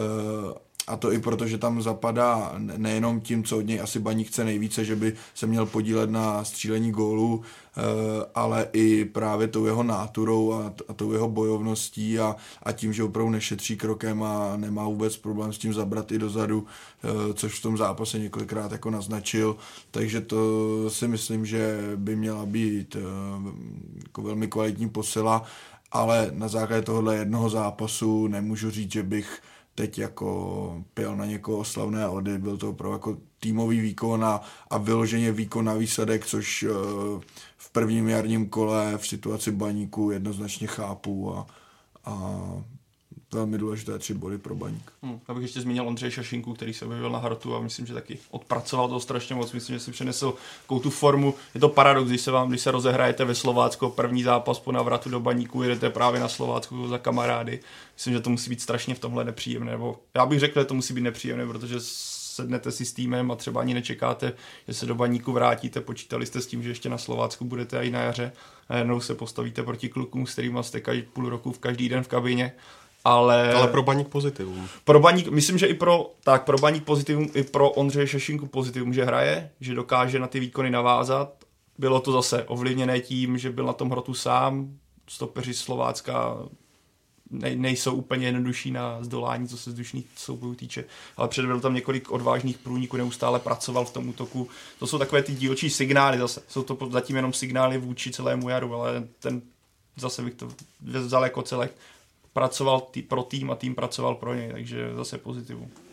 a to i proto, že tam zapadá nejenom tím, co od něj asi Baník chce nejvíce, že by se měl podílet na střílení gólů, ale i právě tou jeho náturou a tou jeho bojovností a tím, že opravdu nešetří krokem a nemá vůbec problém s tím zabrat i dozadu, což v tom zápase několikrát jako naznačil. Takže to si myslím, že by měla být jako velmi kvalitní posila, ale na základě tohohle jednoho zápasu nemůžu říct, že bych teď jako pil na někoho slavné ody, byl to opravdu jako týmový výkon a vyloženě výkon na výsledek, což v prvním jarním kole v situaci Baníku jednoznačně chápu a velmi důležité 3 body pro Baník. Já bych ještě zmínil Ondřeje Šašinku, který se objevil na hrotu a myslím, že taky odpracoval to strašně moc. Myslím, že si přinesl takovou tu formu. Je to paradox, když se rozehrajete ve Slovácku, první zápas po návratu do Baníku, jedete právě na Slovácku za kamarády. Myslím, že to musí být strašně v tomhle nepříjemné. Nebo já bych řekl, že to musí být nepříjemné, protože sednete si s týmem a třeba ani nečekáte, že se do Baníku vrátíte, počítali jste s tím, že ještě na Slovácku budete i na jaře a jednou se postavíte proti klukům, s kterými jste půl roku v každý den v kabině. Ale pro Baník pozitivum. Pro Baník, myslím, že pro Baník pozitivum, i pro Ondřeje Šašinku pozitivum, že hraje, že dokáže na ty výkony navázat. Bylo to zase ovlivněné tím, že byl na tom hrotu sám. Stopeři Slovácka nejsou úplně jednodušší na zdolání, co se vzdušných soubojů týče, ale předvedl tam několik odvážných průniků, neustále pracoval v tom útoku. To jsou takové ty dílčí signály zase. Jsou to zatím jenom signály vůči celému jaru, ale ten zase bych to vzal jako celek. Pracoval pro tým a tým pracoval pro něj, takže zase pozitivum.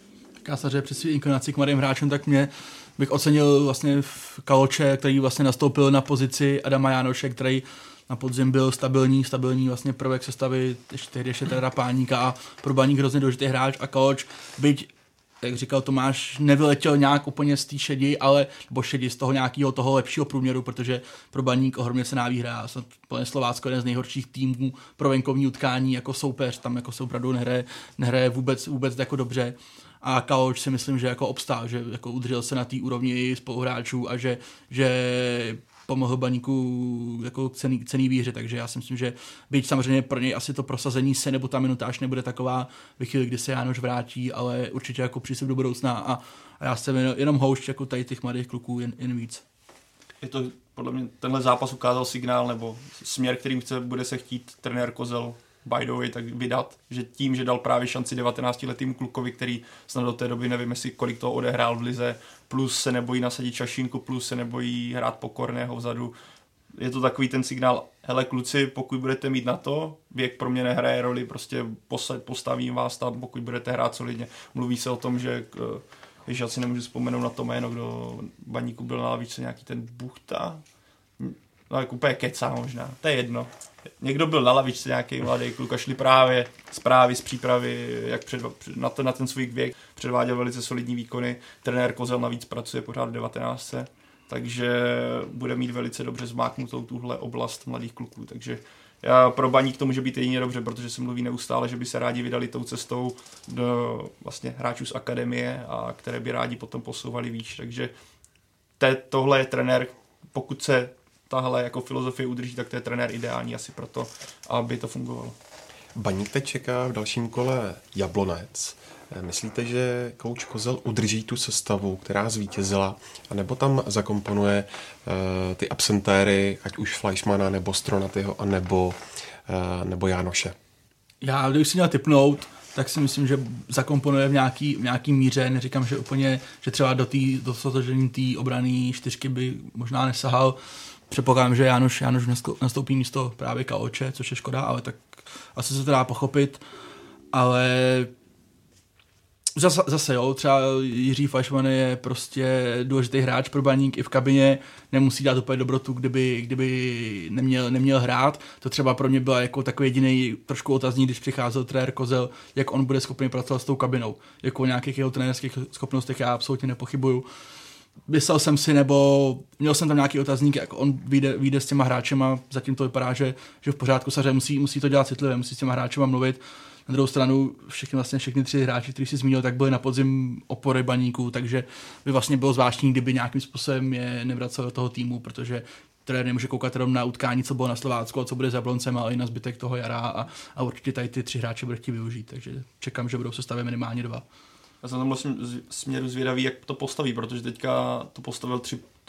Kásaře při svým inklinaci k mladým hráčům, tak mě bych ocenil vlastně v Kaloče, který vlastně nastoupil na pozici Adama Jánoše, který na podzim byl stabilní vlastně prvek sestavy, ještě teda Páníka a pro Baník hrozně důležitý hráč a Kaloč, byť, jak říkal Tomáš, nevyletěl nějak úplně z té šedi, ale nebo šedi z toho nějakého toho lepšího průměru, protože pro Baník ohromně se hra. Plně Slovácko jeden z nejhorších týmů pro venkovní utkání jako soupeř, tam jako se opravdu nehraje vůbec jako dobře. A Kaloč si myslím, že jako obstál, že jako udržel se na té úrovni spoluhráčů a že pomohl Baníku jako cený výhře, takže já si myslím, že byť samozřejmě pro něj asi to prosazení se nebo ta minutáž nebude taková ve chvíli, kdy se Jánoš vrátí, ale určitě jako přístup do budoucna a já jsem jenom houšť jako tady těch mladých kluků jen víc. Je to podle mě, tenhle zápas ukázal signál nebo směr, kterým bude se chtít trenér Kozel by the way, tak vydat, že tím, že dal právě šanci 19-letým klukovi, který snad do té doby nevím, jestli kolik toho odehrál v lize, plus se nebojí nasadit čašínku, plus se nebojí hrát pokorného vzadu. Je to takový ten signál, hele kluci, pokud budete mít na to, věk pro mě nehraje roli, prostě postavím vás tam, pokud budete hrát solidně. Mluví se o tom, že když asi nemůžu vzpomenout na to jméno, kdo Baníku byl na lavičce, nějaký ten Buchta, no jak úplně kecá možná, to je jedno. Někdo byl na lavičce, nějaký mladý kluk a šli právě zprávy z přípravy, jak na ten svůj věk předváděl velice solidní výkony. Trenér Kozel navíc pracuje pořád v 19. Takže bude mít velice dobře zmáknutou tuhle oblast mladých kluků. Takže pro Baník to může být jedině dobře, protože se mluví neustále, že by se rádi vydali tou cestou do vlastně hráčů z akademie a které by rádi potom posouvali výš. Takže tohle je trenér, pokud se tahle jako filozofie udrží, tak to je trenér ideální asi proto, aby to fungovalo. Baník teď čeká v dalším kole Jablonec. Myslíte, že kouč Kozel udrží tu sestavu, která zvítězila, anebo tam zakomponuje ty absentéry, ať už Fleischmana, nebo Stronatyho, nebo Jánoše? Já, když si měl tipnout, tak si myslím, že zakomponuje v nějaký míře. Neříkám, že úplně, že třeba do dosažení té obrany čtyřky by možná nesahal. Předpokládám, že Jánoš nastoupí místo právě Kaloče, což je škoda, ale tak asi se to dá pochopit. Ale zase jo, třeba Jiří Fleischmann je prostě důležitý hráč pro Baník i v kabině, nemusí dát úplně dobrotu, kdyby neměl hrát. To třeba pro mě byla jako takový jediný trošku otazník, když přicházel trenér Kozel, jak on bude schopný pracovat s tou kabinou. Jako o nějakých jeho trenérských schopnostech já absolutně nepochybuju. Myslel jsem si, nebo měl jsem tam nějaký otazník, jak on vyjde s těma hráčema, zatím to vypadá, že v pořádku, musí to dělat citlivě, musí s těma hráčema mluvit. Na druhou stranu všechny tři hráči, kteří si zmínil, tak byli na podzim opory Baníku, takže by vlastně bylo zvláštní, kdyby nějakým způsobem je nevracel do toho týmu, protože trenér nemůže koukat jenom na utkání, co bylo na Slovácku a co bude za Jabloncem, ale i na zbytek toho jara a určitě tady ty tři hráči bude chtít využít, takže čekám, že budou v sestavě minimálně 2. Já jsem tam vlastně směru zvědavý, jak to postaví, protože teďka to postavil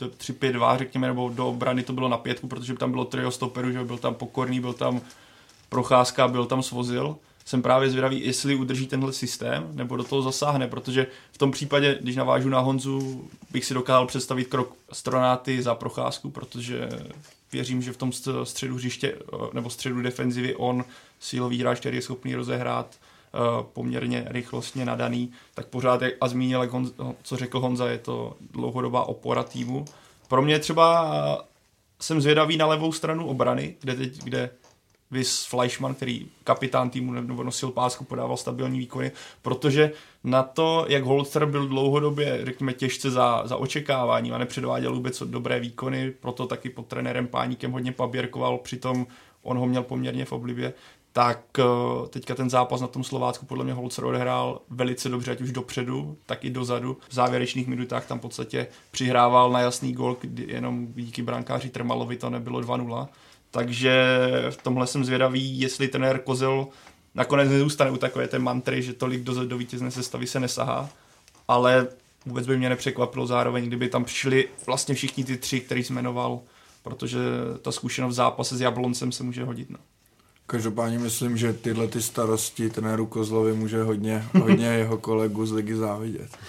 3-5-2, řekněme, nebo do obrany to bylo na 5, protože tam bylo trio stoperů, že byl tam Pokorný, byl tam Procházka, byl tam Svozil. Jsem právě zvědavý, jestli udrží tenhle systém, nebo do toho zasáhne, protože v tom případě, když navážu na Honzu, bych si dokázal představit krok Stronáty za Procházku, protože věřím, že v tom středu hřiště, nebo středu defenzivy on sílový hráč, který je schopný rozehrát poměrně rychlostně nadaný, tak pořád, a zmínil, co řekl Honza, je to dlouhodobá opora týmu. Pro mě třeba jsem zvědavý na levou stranu obrany, kde Vys Fleischmann, který kapitán týmu nebo nosil pásku, podával stabilní výkony, protože na to, jak Holzer byl dlouhodobě, řekněme, těžce za očekáváním a nepředváděl vůbec dobré výkony, proto taky pod trenérem Páníkem hodně paběrkoval, přitom on ho měl poměrně v oblibě, tak teďka ten zápas na tom Slovácku podle mě Holzer odehrál velice dobře, ať už dopředu, tak i dozadu. V závěrečných minutách tam v podstatě přihrával na jasný gól, jenom díky brankáři Trmalovi to nebylo 2-0. Takže v tomhle jsem zvědavý, jestli trenér Kozel nakonec nezůstane u takové té mantry, že tolik do vítězné sestavy se nesahá, ale vůbec by mě nepřekvapilo zároveň, kdyby tam přišli vlastně všichni ty tři, který jsi jmenoval, protože ta zkušenost v zápase s Jabloncem se může hodit. No. Každopádně myslím, že tyhle ty starosti trenéru Kozlovi může hodně jeho kolegů z ligy závidět.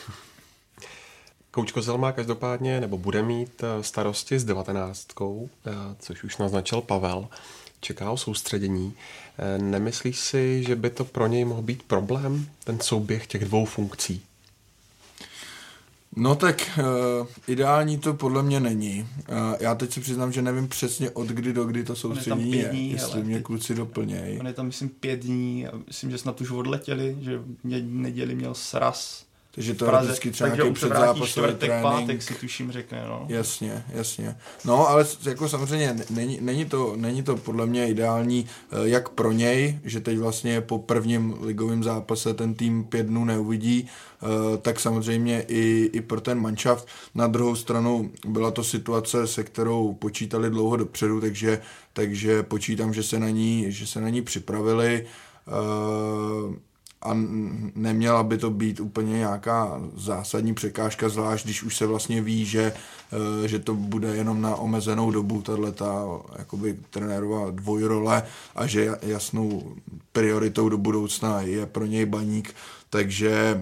Kouč Kozel má každopádně, nebo bude mít starosti s 19, což už naznačil Pavel. Čeká o soustředění. Nemyslíš si, že by to pro něj mohl být problém, ten souběh těch dvou funkcí? No tak ideální to podle mě není. Já teď si přiznám, že nevím přesně od kdy do kdy to soustředění je, jestli mě kluci doplnějí. On je tam myslím 5 dní a myslím, že snad už odletěli, že neděli měl sraz. Takže to je vždycky třeba nějaký předzápasový trénink. Pátek si tuším řekne, no. Jasně. No, ale jako samozřejmě není to podle mě ideální jak pro něj, že teď vlastně po prvním ligovém zápase ten tým 5 dnů neuvidí, tak samozřejmě i pro ten manšaft. Na druhou stranu byla to situace, se kterou počítali dlouho dopředu, takže počítám, že se na ní připravili. A neměla by to být úplně nějaká zásadní překážka, zvlášť když už se vlastně ví, že to bude jenom na omezenou dobu, tato jakoby trenérova dvojrole a že jasnou prioritou do budoucna je pro něj Baník, takže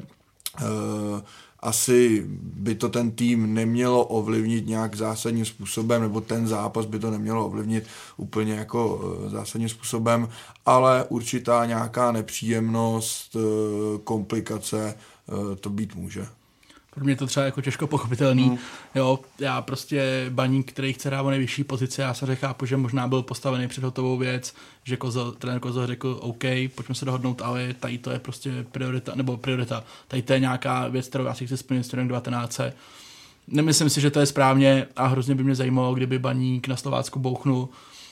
asi by to ten tým nemělo ovlivnit nějak zásadním způsobem, nebo ten zápas by to nemělo ovlivnit úplně jako zásadním způsobem, ale určitá nějaká nepříjemnost, komplikace to být může. Pro mě je to třeba jako těžko pochopitelný. Jo, já prostě Baník, který chce dát o nejvyšší pozici, já se chápu, že možná byl postavený před hotovou věc, že trenér Kozel řekl OK, pojďme se dohodnout, ale tady to je prostě priorita. Tady to je nějaká věc, kterou já si chci splnit směrem 19. Nemyslím si, že to je správně a hrozně by mě zajímalo, kdyby Baník na Slovácku bouchnul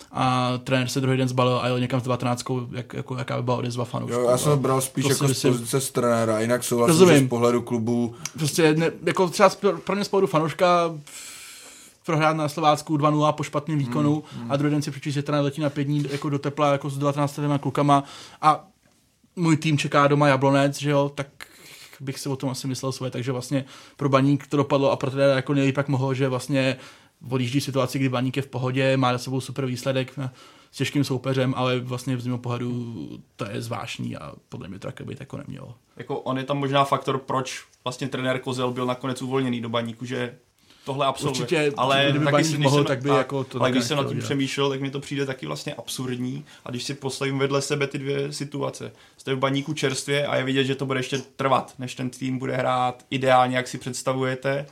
a trenér se druhý den zbalil a jel někam s 19, jaká by byla odezva fanoušků. Jo, já jsem bral spíš jako z pozice z trenéra, jinak souhlasím, že z pohledu klubu. Prostě jako třeba pro mě z pohledu fanouška prohrát na Slovácku 2-0 po špatném výkonu a druhý den si přečíst, že trenér letí na 5 dní jako do tepla jako s 19 klukama a můj tým čeká doma Jablonec, že jo, tak bych si o tom asi myslel svoje, takže vlastně pro Baník to dopadlo a pro trenéra jako nejlíp jak mohlo, že vlastně odjíždí situaci, kdy Baník je v pohodě, má za sebou super výsledek s těžkým soupeřem, ale vlastně z mého pohledu to je zvláštní a podle mě to také být jako nemělo. Jako on je tam možná faktor, proč vlastně trenér Kozel byl nakonec uvolněný do Baníku, že tohle absolvuje. Určitě, ale kdyby Baník mohl, tak by jako to. Ale když jsem nad tím přemýšlel, tak mi to přijde taky vlastně absurdní a když si postavím vedle sebe ty dvě situace. Jste v Baníku čerstvě a je vidět, že to bude ještě trvat, než ten tým bude hrát ideálně, jak si představujete.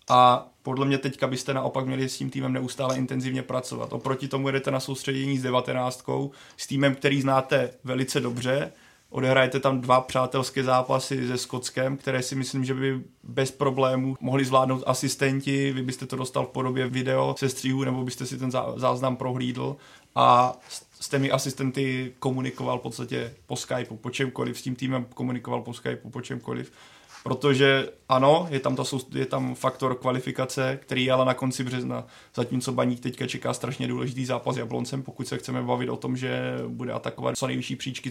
A podle mě teďka byste naopak měli s tím týmem neustále intenzivně pracovat. Oproti tomu jdete na soustředění s 19, s týmem, který znáte velice dobře. Odehrajete tam 2 přátelské zápasy se Skotskem, které si myslím, že by bez problémů mohli zvládnout asistenti. Vy byste to dostal v podobě video se střihu, nebo byste si ten záznam prohlídl a s těmi asistenty komunikoval v podstatě po Skypeu, po čemkoliv, s tím týmem komunikoval po Skypeu, po čemkoliv. Protože ano, je tam faktor kvalifikace, který je ale na konci března. Zatímco Baník teďka čeká strašně důležitý zápas s Jabloncem, pokud se chceme bavit o tom, že bude atakovat co nejvyšší příčky,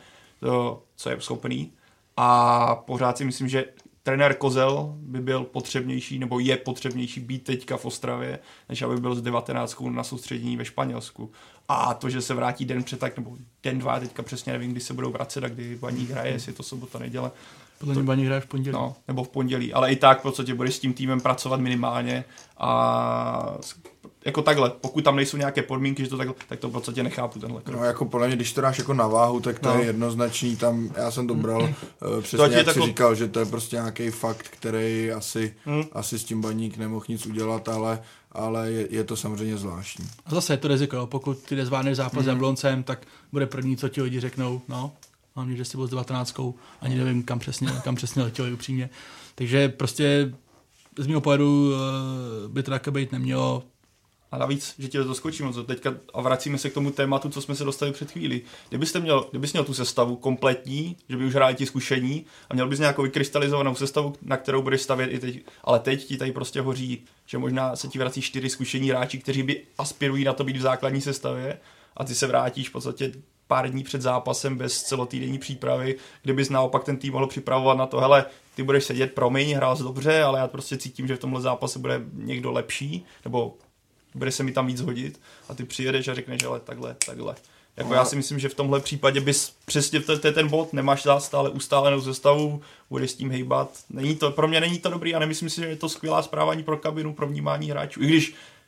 co je schopný. A pořád si myslím, že trenér Kozel by byl potřebnější, nebo je potřebnější být teďka v Ostravě, než aby byl s 19 na soustředění ve Španělsku. A to, že se vrátí den před, tak, nebo den, 2, teďka přesně nevím, kdy se budou vracet a kdy Baník hraje, jestli je to sobota, neděle. Podle mě Baník hraje v pondělí. No, nebo v pondělí, ale i tak v podstatě budeš s tím týmem pracovat minimálně a jako takhle, pokud tam nejsou nějaké podmínky, že to takhle, tak to v podstatě nechápu tenhle krok. No jako podle mě, když to dáš jako na váhu, tak to je jednoznačný, tam já jsem to bral přesně jak si říkal, že to je prostě nějaký fakt, který asi s tím Baník nemohl nic udělat, ale je to samozřejmě zvláštní. A zase je to riziko, pokud ty nezvládneš zápas s Jabloncem, tak bude první, co ti lidi řeknou, no, hlavně, že jsi byl s 19, ani nevím, kam přesně letěli upřímně. Takže prostě z mého pohledu by to také být nemělo. A navíc, že ti to skočím teďka a vracíme se k tomu tématu, co jsme se dostali před chvíli. Kdybys měl tu sestavu kompletní, že by už hráli ti zkušení a měl bys nějakou vykrystalizovanou sestavu, na kterou budeš stavět i teď, ale teď ti tady prostě hoří, že možná se ti vrací 4 zkušení hráči, kteří by aspirují na to být v základní sestavě a ty se vrátíš v podstatě pár dní před zápasem bez celotýdenní přípravy, kdybys naopak ten tým mohl připravovat na to, hele, ty budeš sedět, promiň, hrál jsi dobře, ale já prostě cítím, že v tomhle zápase bude někdo lepší, nebo bude se mi tam víc hodit a ty přijedeš a řekneš, ale takhle. Jako já si myslím, že v tomhle případě bys přesně ten bod, nemáš stále ustálenou sestavu, budeš s tím hejbat. Pro mě není to dobrý a nemyslím si, že je to skvělá zpráva ani pro kabinu, pro vnímání hráčů. I když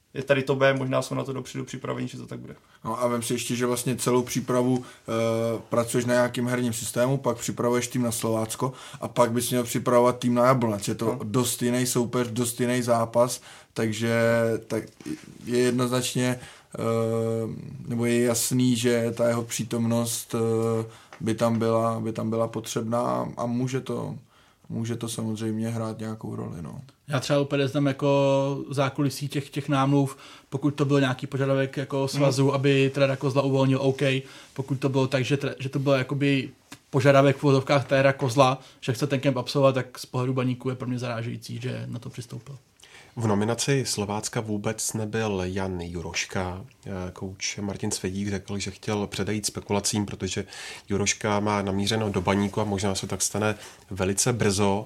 je tady to B, možná jsou na to dopředu připraveni, že to tak bude. No a vem si ještě, že vlastně celou přípravu pracuješ na nějakým herním systému, pak připravuješ tým na Slovácko a pak bys měl připravovat tým na Jablonec. Je to dost jiný soupeř, dost jiný zápas, takže tak je jednoznačně, nebo je jasný, že ta jeho přítomnost by tam byla potřebná a může to samozřejmě hrát nějakou roli. No. Já třeba úplně znám jako zákulisí těch námluv, pokud to byl nějaký požadavek jako svazu, aby trenéra Kozla uvolnil, OK, pokud to bylo tak, že to bylo jakoby požadavek v úvodovkách trenéra Kozla, že chce ten kemp absolvovat, tak z pohledu Baníku je pro mě zarážející, že na to přistoupil. V nominaci Slovácka vůbec nebyl Jan Juroška. Kouč Martin Svědík řekl, že chtěl předejít spekulacím, protože Juroška má namířeno do Baníku a možná se tak stane velice brzo.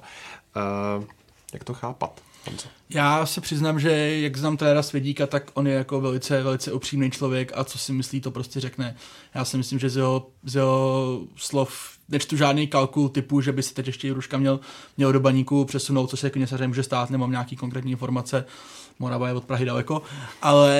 Jak to chápat? Já se přiznám, že jak znám trenéra Svědíka, tak on je jako velice, velice upřímný člověk a co si myslí, to prostě řekne. Já si myslím, že z jeho slov nečtu žádný kalkul typu, že by se teď ještě Juruška měl do Baníku přesunout, co se jako něco může stát, nemám nějaký konkrétní informace, Morava je od Prahy daleko, ale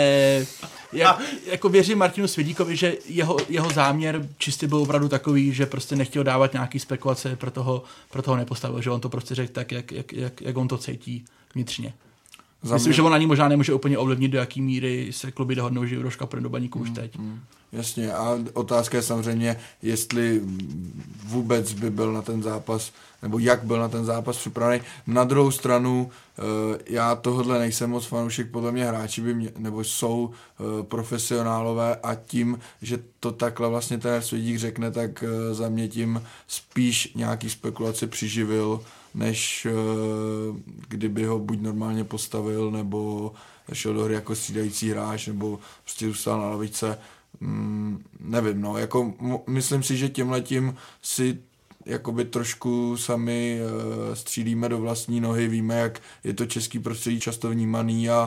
jako věřím Martinu Svědíkovi, že jeho záměr čistě byl opravdu takový, že prostě nechtěl dávat nějaký spekulace, proto ho nepostavil, že on to prostě řekl tak, jak on to cítí vnitřně. Myslím, že on ani možná nemůže úplně ovlivnit, do jaký míry se kluby dohodnou, že Juroška půjde do Baníku už teď. Jasně, a otázka je samozřejmě, jestli vůbec by byl na ten zápas, nebo jak byl na ten zápas připravený. Na druhou stranu, já tohle nejsem moc fanoušek, podle mě hráči nebo jsou profesionálové a tím, že to takhle vlastně ten Svědík řekne, tak za mě tím spíš nějaký spekulaci přiživil, než kdyby ho buď normálně postavil, nebo šel do hry jako střídající hráč, nebo prostě zůstal na lavičce. Nevím, no, jako myslím si, že tímhletím si jakoby trošku sami střílíme do vlastní nohy, víme, jak je to český prostředí často vnímaný a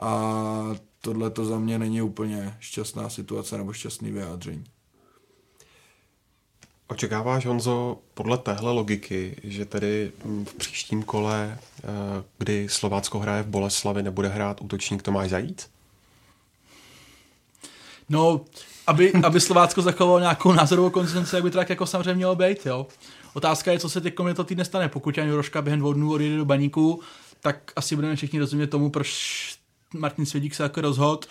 tohle to za mě není úplně šťastná situace nebo šťastný vyjádření. Očekáváš, Honzo, podle téhle logiky, že tedy v příštím kole, kdy Slovácko hraje v Boleslavi, nebude hrát útočník Tomáš Zajíc? No, aby Slovácko zachovalo nějakou názorovou konzistenci, jak by to tak jako samozřejmě mělo být, jo. Otázka je, co se teď to týdne stane. Pokud Jan Juroška během 2 dnů odjede do Baníku, tak asi budeme všichni rozumět tomu, proč Martin Svědík se jako rozhodl.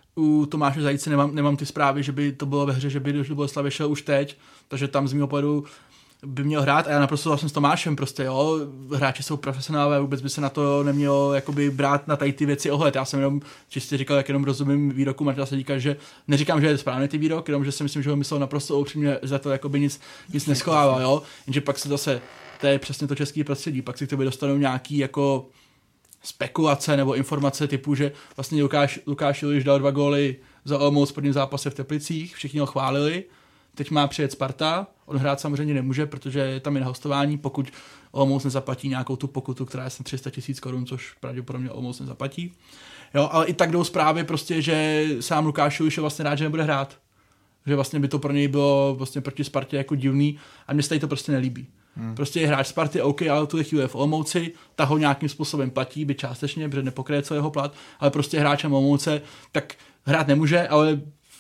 U Tomáše Zajíce nemám ty zprávy, že by to bylo ve hře, že by do Boleslavy šel už teď, takže tam z mého pohledu by měl hrát a já naprosto vlastně s Tomášem prostě, jo, hráči jsou profesionálové, vůbec by se na to nemělo jakoby brát na tady ty věci ohled. Já jsem jenom čistě říkal, jak jenom rozumím výroku Martina Svědíka, že neříkám, že je správný ty výrok, jenom že si myslím, že ho myslel naprosto upřímně, za to jakoby nic neschovával, jo, jenže pak se zase, to je přesně to české prostředí, pak si k tobě dostanou nějaký jako spekulace nebo informace typu, že vlastně Lukáš Juliš dal 2 góly za Olomouc v prvním zápase v Teplicích, všichni ho chválili. Teď má přijet Sparta, on hrát samozřejmě nemůže, protože tam je na hostování, pokud Olomouc nezaplatí nějakou tu pokutu, která je 300 000 korun, což pravděpodobně Olomouc nezaplatí. Jo, ale i tak jdou zprávy prostě, že sám Lukáš Juliš je vlastně rád, že nebude hrát. Že vlastně by to pro něj bylo vlastně proti Spartě jako divný a mně se tady to prostě nelíbí. Prostě je hráč Sparty, OK, ale tu chvíli je v Olomouci, ta ho nějakým způsobem platí, by částečně, protože nepokryje celého plat, ale prostě hráčem Olomouce, tak hrát nemůže, ale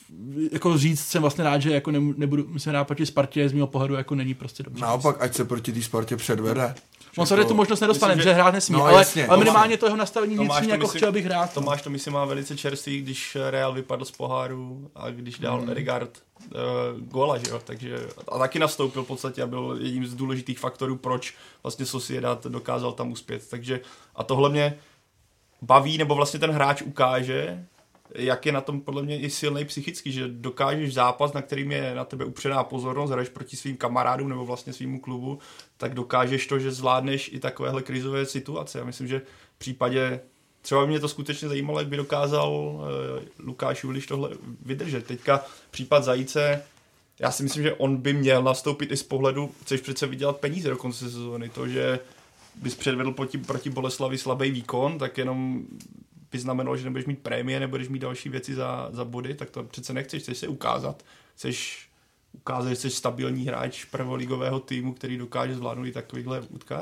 jako říct jsem vlastně rád, že jako nebudu, myslím hrát proti Spartě, z mého pohledu jako není prostě dobře. Naopak, ať se proti té Spartě předvede. On se tu možnost nedostane, že hrát nesmí, no, ale minimálně to jeho nastavení vnitřní, jako chtěl bych hrát. Tomáš to myslím má velice čerstvý, když Real vypadl z poháru a když dal Rigard góla, že jo, takže a taky nastoupil v podstatě a byl jedním z důležitých faktorů, proč vlastně Sociedad dokázal tam uspět, takže a tohle mě baví, nebo vlastně ten hráč ukáže, jak je na tom podle mě i silnej psychicky, že dokážeš zápas, na kterým je na tebe upřená pozornost, hraješ proti svým kamarádům nebo vlastně svýmu klubu, tak dokážeš to, že zvládneš i takovéhle krizové situace. Já myslím, že v případě, třeba mě to skutečně zajímalo, jak by dokázal Lukáš Juliš tohle vydržet. Teďka případ Zajíce, já si myslím, že on by měl nastoupit i z pohledu, chceš přece vydělat peníze do konce sezóny, to, že bys předvedl proti Boleslavi slabý výkon, tak jenom by znamenalo, že nebudeš mít prémie, nebudeš mít další věci za body, tak to přece nechceš, chceš se ukázat. Chceš ukázat, že jsi stabilní hráč prvoligového týmu, který dokáže zvládnout i takovýhle utkání.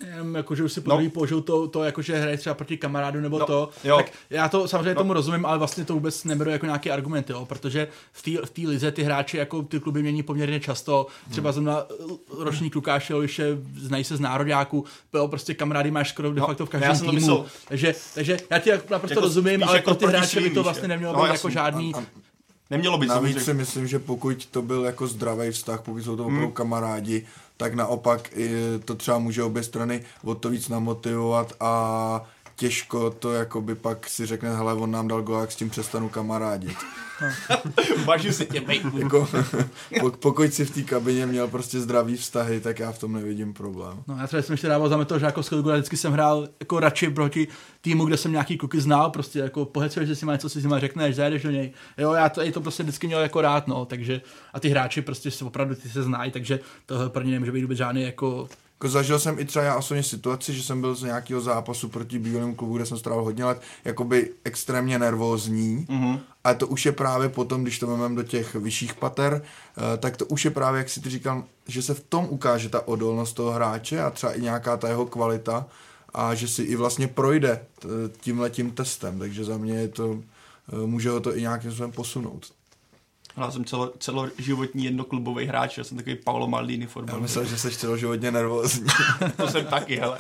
Jakože už si podruhý použil to jakože hraje třeba proti kamarádu nebo jo. Tak já to samozřejmě tomu rozumím, ale vlastně to vůbec neberu jako nějaký argument, jo, protože v té lize ty hráči jako ty kluby mění poměrně často, třeba zrovna ročník Lukáš Joviše, znají se z nároďáků, prostě kamarády máš skoro de facto v každém týmu, takže já ti naprosto rozumím, ale pro ty hráče by to vlastně nemělo být jako žádný... Nemělo být. Navíc si myslím, že pokud to byl jako zdravý vztah, pokud jsou to opravdu kamarádi, tak naopak to třeba může obě strany o to víc namotivovat a těžko to jakoby pak si řekne, hele, on nám dal gól, s tím přestanu kamarádit. Vážu si tě, jako, pokud si v té kabině měl prostě zdravý vztahy, tak já v tom nevidím problém. No já třeba jsem ještě dával za to, že jako Skilgura vždycky jsem hrál jako radši proti týmu, kde jsem nějaký kluky znal, prostě jako pohecuješ, že si má něco, si s nima řekneš, zajedeš do něj. Jo, já to prostě vždycky měl jako rád, no, takže a ty hráči prostě opravdu ty se znají, takže tohle pro ně nemůže být vůbec žádný jako zažil jsem i třeba já osobně situaci, že jsem byl z nějakého zápasu proti bývalému klubu, kde jsem strávil hodně let, jakoby extrémně nervózní. A to už je právě potom, když to vezmeme do těch vyšších pater, tak to už je právě, jak si ty říkal, že se v tom ukáže ta odolnost toho hráče a třeba i nějaká ta jeho kvalita a že si i vlastně projde tímhletím testem, takže za mě je to, může ho to i nějakým způsobem posunout. Já jsem celoživotní jednoklubový hráč, já jsem takový Paolo Maldini fotbal. Já myslel, že jsi celoživotně nervózní. To jsem taky, hele.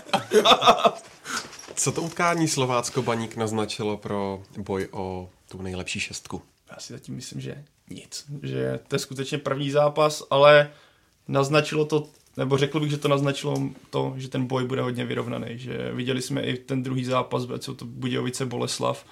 Co to utkání Slovácko-Baník naznačilo pro boj o tu nejlepší šestku? Já si zatím myslím, že nic. Že to je skutečně první zápas, ale naznačilo to, nebo řekl bych, že to naznačilo to, že ten boj bude hodně vyrovnaný. Že viděli jsme i ten druhý zápas, jsou to Budějovice Boleslav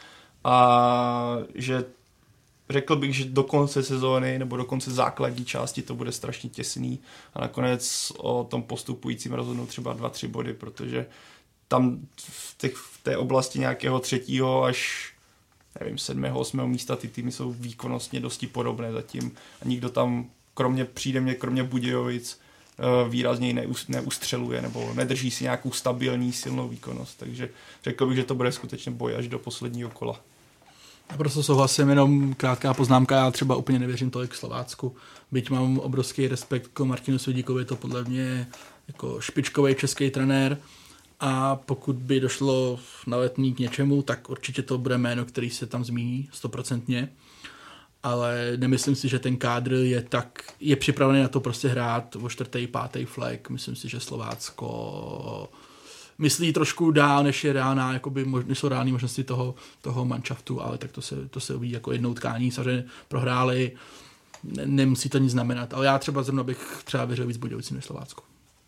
a že řekl bych, že do konce sezóny nebo do konce základní části to bude strašně těsný a nakonec o tom postupujícím rozhodnou třeba 2-3 body, protože tam v té oblasti nějakého 3. až nevím, 7. 8. místa ty týmy jsou výkonnostně dosti podobné zatím a nikdo tam kromě Budějovic výrazněji neustřeluje nebo nedrží si nějakou stabilní silnou výkonnost, takže řekl bych, že to bude skutečně boj až do posledního kola. Já prostě souhlasím, jenom krátká poznámka, já třeba úplně nevěřím tolik Slovácku, byť mám obrovský respekt k Martinu Svědíkovi, je to podle mě jako špičkový český trenér a pokud by došlo na Letný k něčemu, tak určitě to bude jméno, který se tam zmíní 100%, ale nemyslím si, že ten kádr je připravený na to prostě hrát o 4., 5. flag, myslím si, že Slovácko myslí trošku dál, než je reálná, jakoby než jsou reální možnosti toho manšaftu, ale tak to se uvidí jako jednou utkání, samozřejmě prohráli, nemusí to nic znamenat, ale já třeba zrovna bych třeba věřil víc Budějovicím než Slovácku.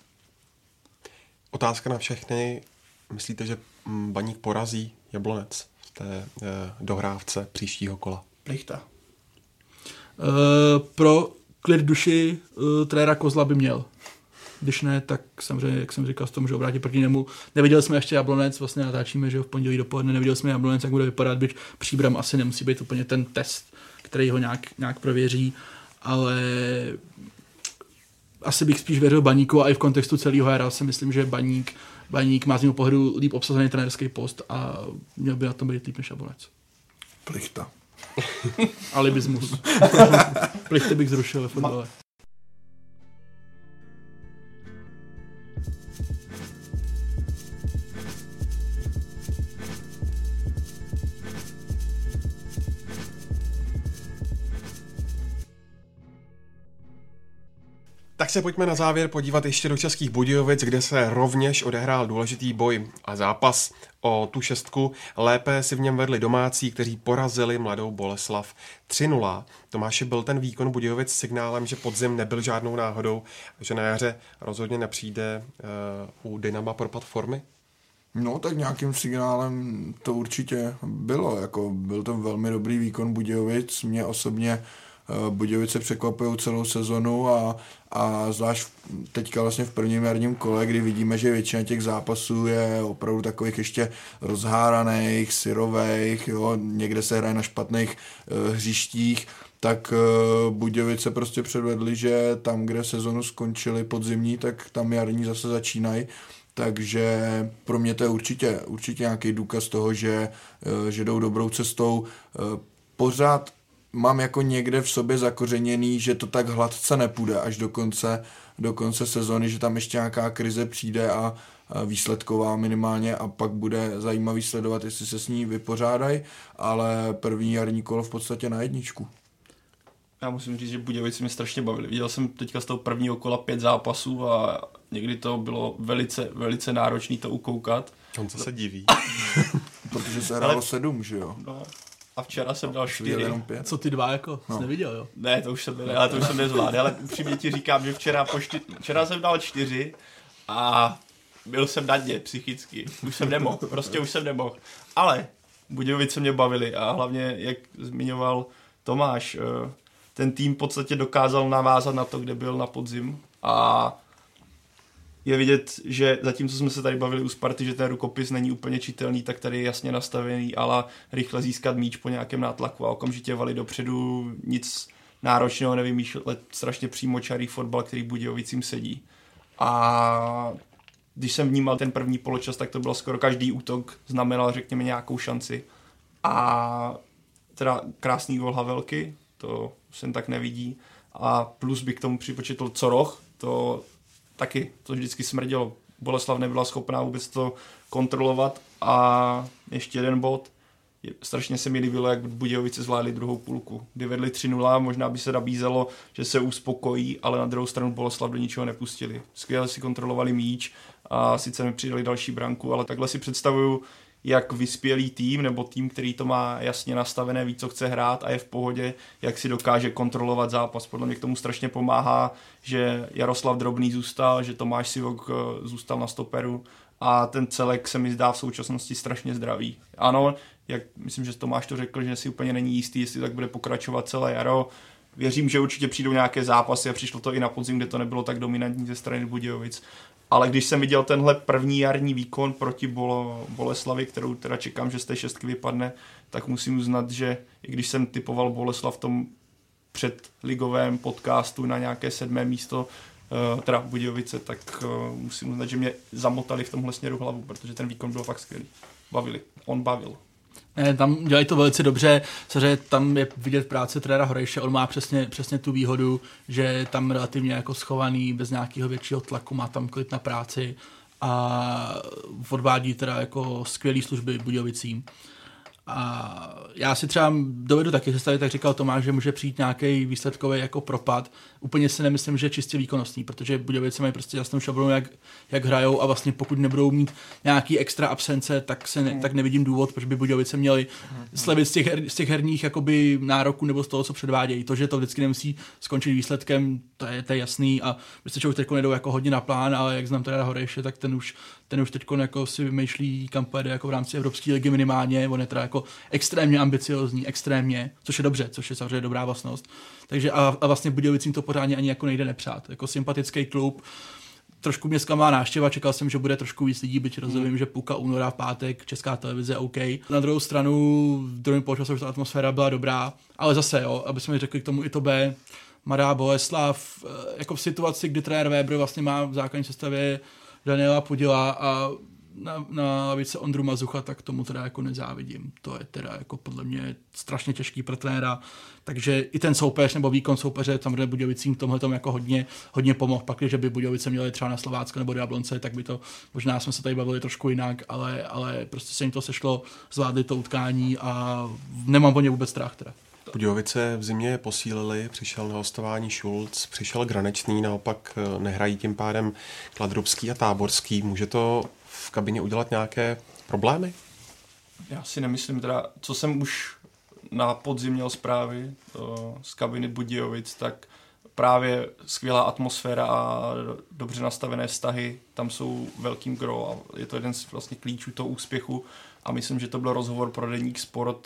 Otázka na všechny. Myslíte, že Baník porazí Jablonec v té dohrávce příštího kola? Plichta. Pro klid duši trenéra Kozla by měl. Když ne, tak samozřejmě, jak jsem říkal, z toho můžu obrátit proti němu. Neviděli jsme ještě Jablonec, vlastně natáčíme, že v pondělí dopoledne, neviděli jsme Jablonec, jak bude vypadat, byť Příbram asi nemusí být úplně ten test, který ho nějak prověří, ale asi bych spíš věřil Baníku a i v kontextu celého hra si myslím, že Baník má z něho pohledu líp obsazený trenérský post a měl by na tom být líp než Jablonec. Plichta. Alibismus. Plichty bych zrušil ve fotbale. Tak se pojďme na závěr podívat ještě do Českých Budějovic, kde se rovněž odehrál důležitý boj a zápas o tu šestku. Lépe si v něm vedli domácí, kteří porazili Mladou Boleslav 3-0. Tomáši, byl ten výkon Budějovic signálem, že podzim nebyl žádnou náhodou, že na jaře rozhodně nepřijde u Dynama propad formy? No, tak nějakým signálem to určitě bylo. Jako byl to velmi dobrý výkon Budějovic. Mě osobně Budějovice překvapují celou sezonu a zvlášť teďka vlastně v prvním jarním kole, kdy vidíme, že většina těch zápasů je opravdu takových ještě rozháraných, syrových, jo, někde se hraje na špatných hřištích, tak Budějovice prostě předvedli, že tam, kde sezonu skončili podzimní, tak tam jarní zase začínají. Takže pro mě to je určitě nějaký důkaz toho, že jdou dobrou cestou. Pořád mám jako někde v sobě zakořeněný, že to tak hladce nepůjde až do konce sezony, že tam ještě nějaká krize přijde výsledková minimálně a pak bude zajímavý sledovat, jestli se s ní vypořádají, ale první jarní kolo v podstatě na jedničku. Já musím říct, že Budějovice mě strašně bavili. Viděl jsem teďka z toho prvního kola 5 zápasů a někdy to bylo velice, velice náročné to ukoukat. On co se diví. Protože se hrálo 7, že jo? No. A včera jsem dal 4. Co ty 2 jako? Jsi neviděl, jo? Ne, to už jsem nezvládl, ale upřímně ti říkám, že včera jsem dal 4 a byl jsem na dně psychicky. Už jsem nemohl. Ale Budějovice mě bavili a hlavně, jak zmiňoval Tomáš, ten tým v podstatě dokázal navázat na to, kde byl na podzim a je vidět, že zatímco jsme se tady bavili u Sparty, že ten rukopis není úplně čitelný, tak tady je jasně nastavený, ale rychle získat míč po nějakém nátlaku a okamžitě valit dopředu, nic náročného nevymýšlet, strašně přímočarý fotbal, který Budějovicím sedí. A když jsem vnímal ten první poločas, tak to bylo skoro každý útok znamenal, řekněme, nějakou šanci. A teda krásný gól Havelky, to jsem tak nevidí. A plus by k tomu připočetl Coroch, to taky, to vždycky smrdělo. Boleslav nebyla schopná vůbec to kontrolovat. A ještě jeden bod. Strašně se mi líbilo, jak Budějovice zvládli druhou půlku. Kdy vedli 3-0, možná by se nabízelo, že se uspokojí, ale na druhou stranu Boleslav do ničeho nepustili. Skvěle si kontrolovali míč a sice mi přidali další branku, ale takhle si představuju, jak vyspělý tým, nebo tým, který to má jasně nastavené, ví, co chce hrát a je v pohodě, jak si dokáže kontrolovat zápas. Podle mě k tomu strašně pomáhá, že Jaroslav Drobný zůstal, že Tomáš Sivok zůstal na stoperu a ten celek se mi zdá v současnosti strašně zdravý. Ano, jak myslím, že Tomáš to řekl, že si úplně není jistý, jestli tak bude pokračovat celé jaro. Věřím, že určitě přijdou nějaké zápasy a přišlo to i na podzim, kde to nebylo tak dominantní ze strany Budějovic. Ale když jsem viděl tenhle první jarní výkon proti Boleslavi, kterou teda čekám, že z té 6 vypadne, tak musím uznat, že i když jsem typoval Boleslav v tom předligovém podcastu na nějaké 7. místo, teda Budějovice, tak musím uznat, že mě zamotali v tomhle směru hlavu, protože ten výkon byl fakt skvělý. On bavil. Ne, tam dělají to velice dobře, samozřejmě tam je vidět práce trenéra Horejše, on má přesně tu výhodu, že je tam relativně jako schovaný, bez nějakého většího tlaku, má tam klid na práci a odvádí teda jako skvělý služby Budějovicím. A já si třeba dovedu taky představit, tak říkal Tomáš, že může přijít nějaký výsledkový jako propad. Úplně si nemyslím, že je čistě výkonnostní, protože Budějovice mají prostě jasnou šablonu, jak hrajou a vlastně pokud nebudou mít nějaký extra absence, tak nevidím důvod, proč by Budějovice měli slevit z těch herních jakoby nároků nebo z toho, co předvádějí. To, že to vždycky nemusí skončit výsledkem, to je jasný a myslím, že už teď nejdou jako hodně na plán, ale jak znám teda Horejše, tak ten už teď jako si vymýšlí, kam pojede jako v rámci Evropské ligy minimálně, on je teda jako extrémně ambiciozní, což je dobře, což je samozřejmě dobrá vlastnost. Takže a vlastně Budějovicím to pořádně ani jako nejde nepřát. Jako sympatický klub, trošku mě zklamala návštěva, čekal jsem, že bude trošku víc lidí, byť rozumím, že půlka února v pátek, Česká televize, OK. Na druhou stranu, v druhém poločasu už ta atmosféra byla dobrá, ale zase, jo, aby jsme řekli k tomu i to B, Mladá Boleslav, jako v situaci, kdy trenér Weber vlastně má v základní sestavě Daniela Podila a na lavice Ondru Mazucha, tak tomu teda jako nezávidím. To je teda jako podle mě strašně těžký pro trenéra, takže i ten soupeř nebo výkon soupeře samozřejmě Budějovicím tomhletom jako hodně pomohl. Pak, když by Budějovice měli třeba na Slovácko nebo do Jablonce, tak by to, možná jsme se tady bavili trošku jinak, ale prostě se jim to sešlo, zvládli to utkání a nemám o ně vůbec strach teda. Budějovice v zimě posílili, přišel na hostování Šulc, přišel Granečný, naopak nehrají tím pádem Kladrubský a Táborský. Může to v kabině udělat nějaké problémy? Já si nemyslím, teda, co jsem už na podzim měl zprávy z kabiny Budějovic, tak právě skvělá atmosféra a dobře nastavené vztahy, tam jsou velkým gro a je to jeden z vlastně klíčů toho úspěchu a myslím, že to byl rozhovor pro deník Sport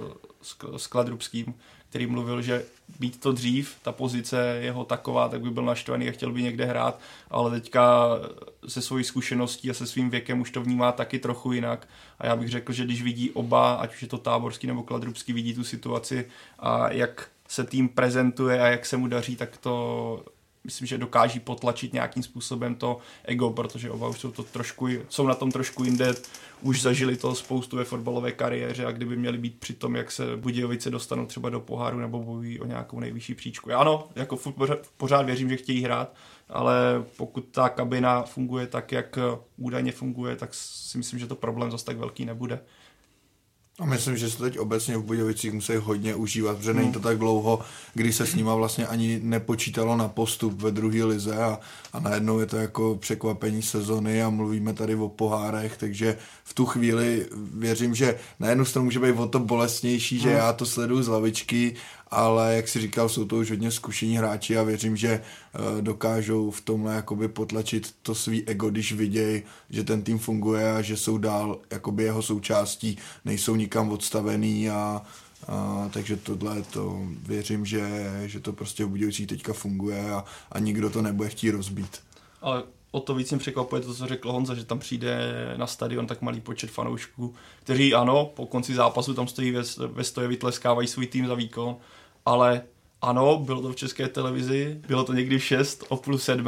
s Kladrubským, který mluvil, že být to dřív, ta pozice jeho taková, tak by byl naštvaný a chtěl by někde hrát, ale teďka se svojí zkušeností a se svým věkem už to vnímá taky trochu jinak a já bych řekl, že když vidí oba, ať už je to Táborský nebo Kladrubský, vidí tu situaci a jak se tým prezentuje a jak se mu daří, tak to myslím, že dokáží potlačit nějakým způsobem to ego, protože oba už jsou na tom trošku jinde, už zažili to spoustu ve fotbalové kariéře a kdyby měli být při tom, jak se Budějovice dostanou třeba do poháru nebo bojují o nějakou nejvyšší příčku. Já ano, jako pořád věřím, že chtějí hrát, ale pokud ta kabina funguje tak, jak údajně funguje, tak si myslím, že to problém zase tak velký nebude. A myslím, že se teď obecně v Budějovicích musí hodně užívat, protože není to tak dlouho, kdy se s nima vlastně ani nepočítalo na postup ve druhé lize a najednou je to jako překvapení sezony a mluvíme tady o pohárech, takže v tu chvíli věřím, že na jednu stranu může být o to bolestnější, že já to sleduju z lavičky, ale jak si říkal, jsou to už hodně zkušení hráči a věřím, že dokážou v tomhle jakoby potlačit to svý ego, když vidějí, že ten tým funguje a že jsou dál jakoby jeho součástí, nejsou nikam odstavený a takže tohle to věřím, že to prostě v Budějovicích teďka funguje a nikdo to nebude chtít rozbít. Ale o to víc mě překvapuje to, co řekl Honza, že tam přijde na stadion tak malý počet fanoušků, kteří ano, po konci zápasu tam stojí ve stoje, vytleskávají svůj tým za výkon, ale ano, bylo to v České televizi, bylo to někdy 6 o půl 7,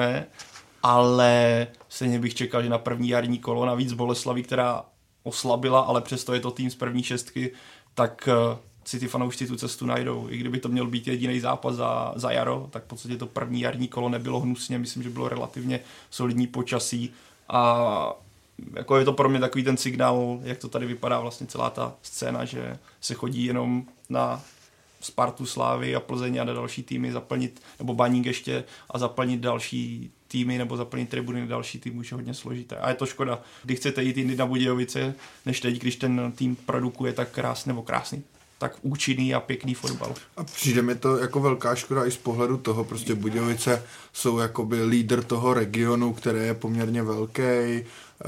ale stejně bych čekal, že na první jarní kolo, navíc Boleslaví, která oslabila, ale přesto je to tým z první 6, tak si ty fanoušci tu cestu najdou. I kdyby to měl být jediný zápas za jaro, tak v podstatě to první jarní kolo nebylo hnusně, myslím, že bylo relativně solidní počasí a jako je to pro mě takový ten signál, jak to tady vypadá vlastně celá ta scéna, že se chodí jenom na Spartu, Slávy a Plzeň a na další týmy zaplnit, nebo Baník ještě a zaplnit další týmy nebo zaplnit tribuny další tým už je hodně složité. A je to škoda, kdy chcete jít jindy na Budějovice, než teď, když ten tým produkuje tak krásný, tak účinný a pěkný fotbal. A přijde mi to jako velká škoda i z pohledu toho, prostě Budějovice jsou jakoby lídr toho regionu, který je poměrně velký,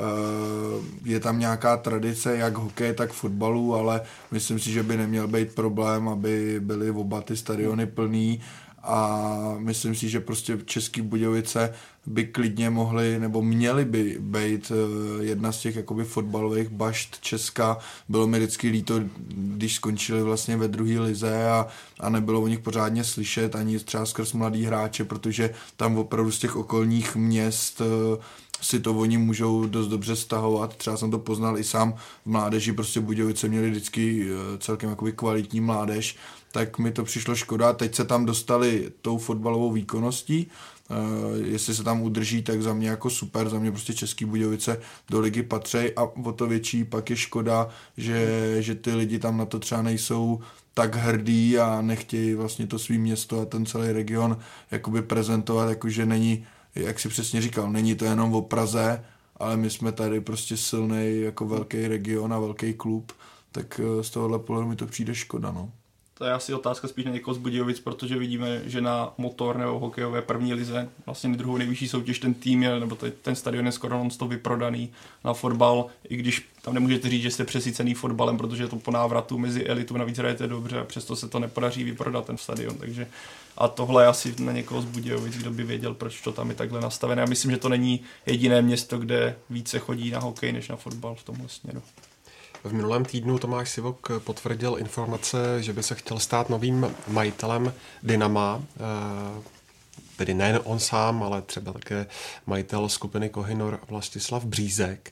je tam nějaká tradice, jak hokej, tak fotbalu, ale myslím si, že by neměl být problém, aby byly oba ty stadiony plný a myslím si, že prostě Český Budějovice by klidně mohly, nebo měly by být jedna z těch jakoby fotbalových bašt Česka. Bylo mi vždycky líto, když skončili vlastně ve druhé lize a nebylo o nich pořádně slyšet, ani třeba skrz mladý hráče, protože tam opravdu z těch okolních měst si to oni můžou dost dobře stahovat. Třeba jsem to poznal i sám v mládeži, prostě Budějovice měli vždycky celkem jakoby kvalitní mládež, tak mi to přišlo škoda. Teď se tam dostali tou fotbalovou výkonností, jestli se tam udrží, tak za mě jako super, za mě prostě Český Budějovice do ligy patří a o to větší pak je škoda, že ty lidi tam na to třeba nejsou tak hrdí a nechtějí vlastně to svý město a ten celý region jakoby prezentovat, jakože není, jak si přesně říkal, není to jenom o Praze, ale my jsme tady prostě silnej jako velký region a velký klub, tak z tohohle pohledu mi to přijde škoda, no. To je asi otázka spíš na někoho z Budějovic, protože vidíme, že na motor nebo hokejové první lize, vlastně druhou nejvyšší soutěž ten tým je, nebo ten stadion je skoro non-stop vyprodaný na fotbal, i když tam nemůžete říct, že jste přesycený fotbalem, protože je to po návratu mezi elitu, navíc hrajete dobře a přesto se to nepodaří vyprodat ten stadion, takže a tohle je asi na někoho z Budějovic, kdo by věděl, proč to tam je takhle nastavené. Já myslím, že to není jediné město, kde více chodí na hokej než na fotbal v tomhle směru. V minulém týdnu Tomáš Sivok potvrdil informace, že by se chtěl stát novým majitelem Dynama, tedy nejen on sám, ale třeba také majitel skupiny Kohinor Vlastislav Břízek.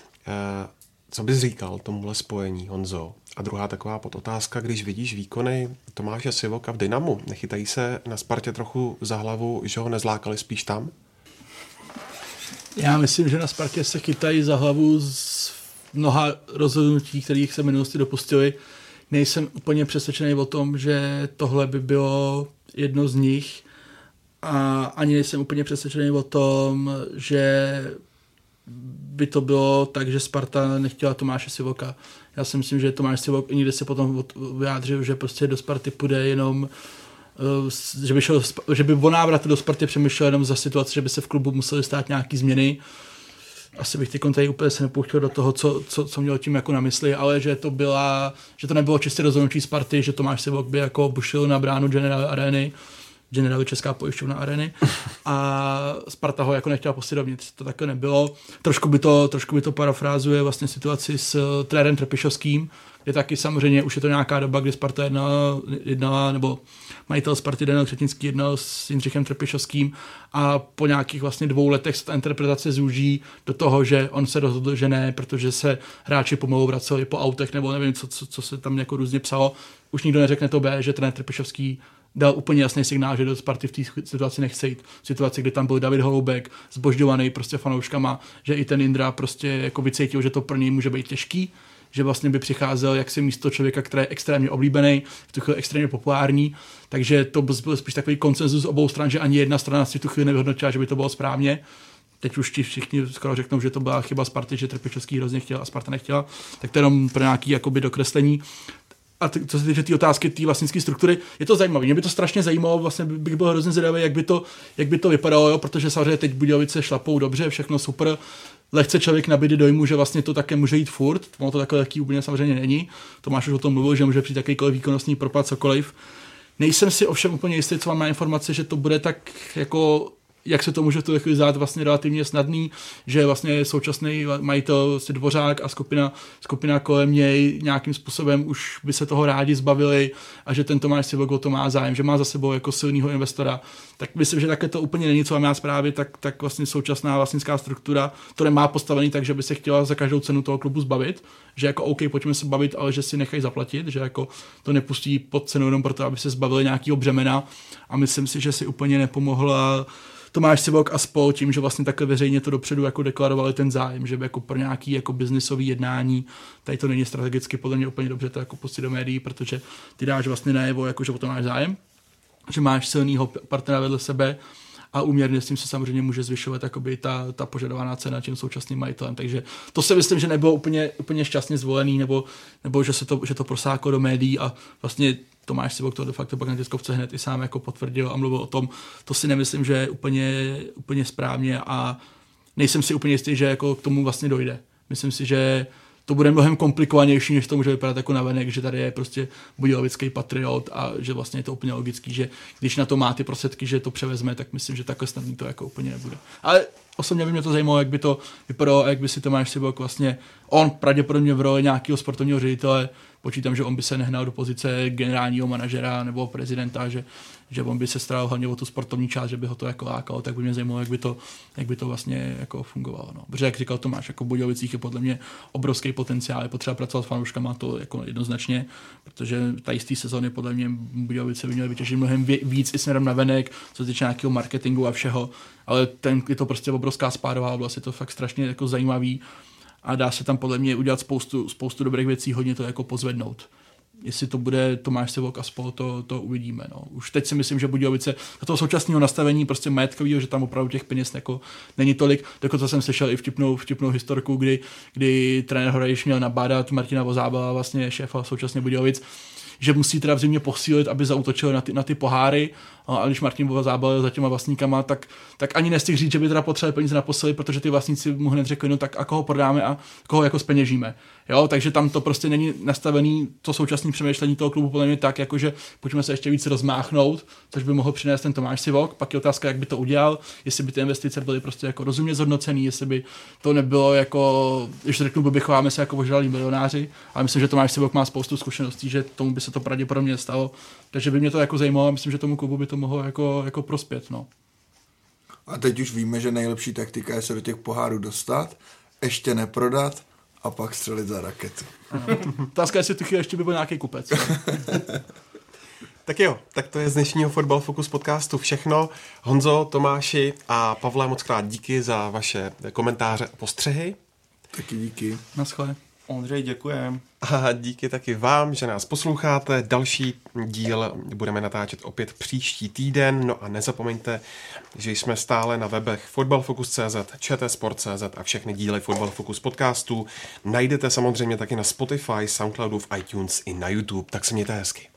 Co bys říkal tomuhle spojení, Honzo? A druhá taková podotázka, když vidíš výkony Tomáše Sivoka v Dynamu, nechytají se na Spartě trochu za hlavu, že ho nezlákali spíš tam? Já myslím, že na Spartě se chytají za hlavu z mnoha rozhodnutí, kterých se v minulosti dopustili. Nejsem úplně přesvědčený o tom, že tohle by bylo jedno z nich a ani nejsem úplně přesvědčený o tom, že by to bylo tak, že Sparta nechtěla Tomáše Sivoka. Já si myslím, že Tomáš Sivok někde se potom vyjádřil, že prostě do Sparty půjde jenom, že by o návratu do Sparty přemýšlel jenom za situace, že by se v klubu museli stát nějaký změny. Asi bych tady úplně se nepouštěl do toho, co měl tím jako na mysli, ale že to nebylo čistě rozhodnutí Sparty, že Tomáš Sivok by jako bušil na bránu Generály Česká pojišťovna Areny a Sparta ho jako nechtěla pustit dovnitř. To také nebylo. Trošku by to parafrázuje vlastně situaci s trenérem Trpišovským, je taky samozřejmě, už je to nějaká doba, kdy Sparta jednala nebo majitel Sparty Daniel Křetínský jednal s Jindřichem Trpišovským a po nějakých vlastně 2 letech se ta interpretace zúží do toho, že on se rozhodl, že ne, protože se hráči pomalu vraceli po autech nebo nevím, co se tam jako různě psalo. Už nikdo neřekne to B, že trenér Trpišovský dal úplně jasný signál, že do Sparty v té situaci nechce jít. V situaci, kdy tam byl David Holoubek, zbožďovaný prostě fanouškama, že i ten Indra prostě jako vycítil, že to pro něj může být těžký, že vlastně by přicházel jaksi místo člověka, který je extrémně oblíbený, v tu chvíli extrémně populární, takže to byl spíš takový konsenzus obou stran, že ani jedna strana si tu chvíli nevyhodnotila, že by to bylo správně. Teď už ti všichni skoro řeknou, že to byla chyba Sparty, že Trpišovský hrozně chtěl a Sparta nechtěla, tak to jenom pro nějaký jakoby dokreslení. A co se týče té otázky, té vlastnické struktury, je to zajímavé. Mě by to strašně zajímalo, vlastně bych byl hrozně zvědavý, jak by to vypadalo, jo? Protože samozřejmě teď Budějovice šlapou dobře, všechno super. Lehce člověk nabídne dojmu, že vlastně to také může jít furt, ono to takhle lehký úplně samozřejmě není. Tomáš už o tom mluvil, že může přijít jakýkoliv výkonnostní propad, cokoliv. Nejsem si ovšem úplně jistý, co mám na informace, že to bude tak jako, jak se to může v tu chvíli zdát, vlastně relativně snadný, že vlastně současný majitel Dvořák a skupina kolem něj nějakým způsobem už by se toho rádi zbavili a že ten Tomáš Sivok to má zájem, že má za sebou jako silného investora. Tak myslím, že také to úplně není, co mám já zprávy, tak vlastně současná vlastnická struktura to nemá postavený tak, že by se chtěla za každou cenu toho klubu zbavit, že jako OK, pojďme se bavit, ale že si nechají zaplatit, že jako to nepustí pod cenu jenom proto, aby se zbavili nějakého břemena a myslím si, že si úplně nepomohla Tomáš Sivok a spol tím, že vlastně takhle veřejně to dopředu jako deklarovali ten zájem, že by jako pro nějaký jako biznisový jednání, tady to není strategicky podle mě úplně dobře to jako pustit do médií, protože ty dáš vlastně najevo, jako že o to máš zájem, že máš silného partnera vedle sebe a úměrně s tím se samozřejmě může zvyšovat jakoby ta požadovaná cena tím současným majitelem. Takže to si myslím, že nebylo úplně šťastně zvolený, nebo že to prosáklo do médií a vlastně Tomáš Sivok to de facto pak na tiskovce hned i sám jako potvrdil a mluvil o tom. To si nemyslím, že je úplně správně a nejsem si úplně jistý, že jako k tomu vlastně dojde. Myslím si, že to bude mnohem komplikovanější, než to může vypadat jako navenek, že tady je prostě budějovický patriot a že vlastně je to úplně logický, že když na to má ty prostředky, že to převezme, tak myslím, že takhle snadný to jako úplně nebude. Ale osobně by mě to zajímalo, jak by to vypadalo a jak by si Tomáš Sivok vlastně, on pravděpodobně v roli nějakého sportovního ředitele, počítám, že on by se nehnal do pozice generálního manažera nebo prezidenta, že on by se staral hlavně o tu sportovní část, že by ho to jako lákalo, tak by mě zajímalo, jak by to vlastně jako fungovalo. No. Protože jak říkal Tomáš, jako v Budějovicích je podle mě obrovský potenciál, je potřeba pracovat s fanouškama, to jako jednoznačně, protože ta jistý sezóny podle mě Budějovice by měly vytěžit mnohem víc i směrem na venek, co se týče nějakého marketingu a všeho, ale je to prostě obrovská spádová oblast, je to fakt strašně jako zajímavý a dá se tam podle mě udělat spoustu dobrých věcí, hodně to jako pozvednout. Jestli to bude Tomáš Sivok a spol, to uvidíme. No. Už teď si myslím, že Budějovice za toho současného nastavení prostě majetkového, že tam opravdu těch peněz jako není tolik. Dokonce jsem slyšel i vtipnou historku, kdy trenér Horejš měl nabádat Martina Vozábala, vlastně šéfa současně Budějovic, že musí teda v zimě posílit, aby zaútočil na ty poháry. A když Martin Vozábal za těma vlastníkama, tak ani nestihl říct, že by teda potřebovali peníze na posily, protože ty vlastníci mu hned řekli, no tak a koho prodáme a koho jako zpeněžíme. Jo, takže tam to prostě není nastavený to současné přemýšlení toho klubu podle mě tak, jakože pojďme se ještě víc rozmáchnout, což by mohl přinést ten Tomáš Sivok. Pak je otázka, jak by to udělal, jestli by ty investice byly prostě jako rozumně zhodnocený, jestli by to nebylo jako, když řeknu, by chováme se jako ožralí milionáři, ale myslím, že Tomáš Sivok má spoustu zkušeností, že tomu by se to pravděpodobně stalo. Takže by mě to jako zajímalo a myslím, že tomu klubu by to mohlo jako prospět. No. A teď už víme, že nejlepší taktika je se do těch pohárů dostat, ještě neprodat a pak střelit za raketu. Otázka je, jestli tu ještě by byl nějaký kupec. Tak jo, tak to je z dnešního Fotbal Focus podcastu všechno. Honzo, Tomáši a Pavle, moc krát díky za vaše komentáře a postřehy. Taky díky. Naschle. Ondřej, děkujem. A díky taky vám, že nás posloucháte. Další díl budeme natáčet opět příští týden. No a nezapomeňte, že jsme stále na webech fotbalfocus.cz, čtsport.cz a všechny díly Fotbal Focus podcastů najdete samozřejmě taky na Spotify, Soundcloudu, v iTunes i na YouTube. Tak se mějte hezky.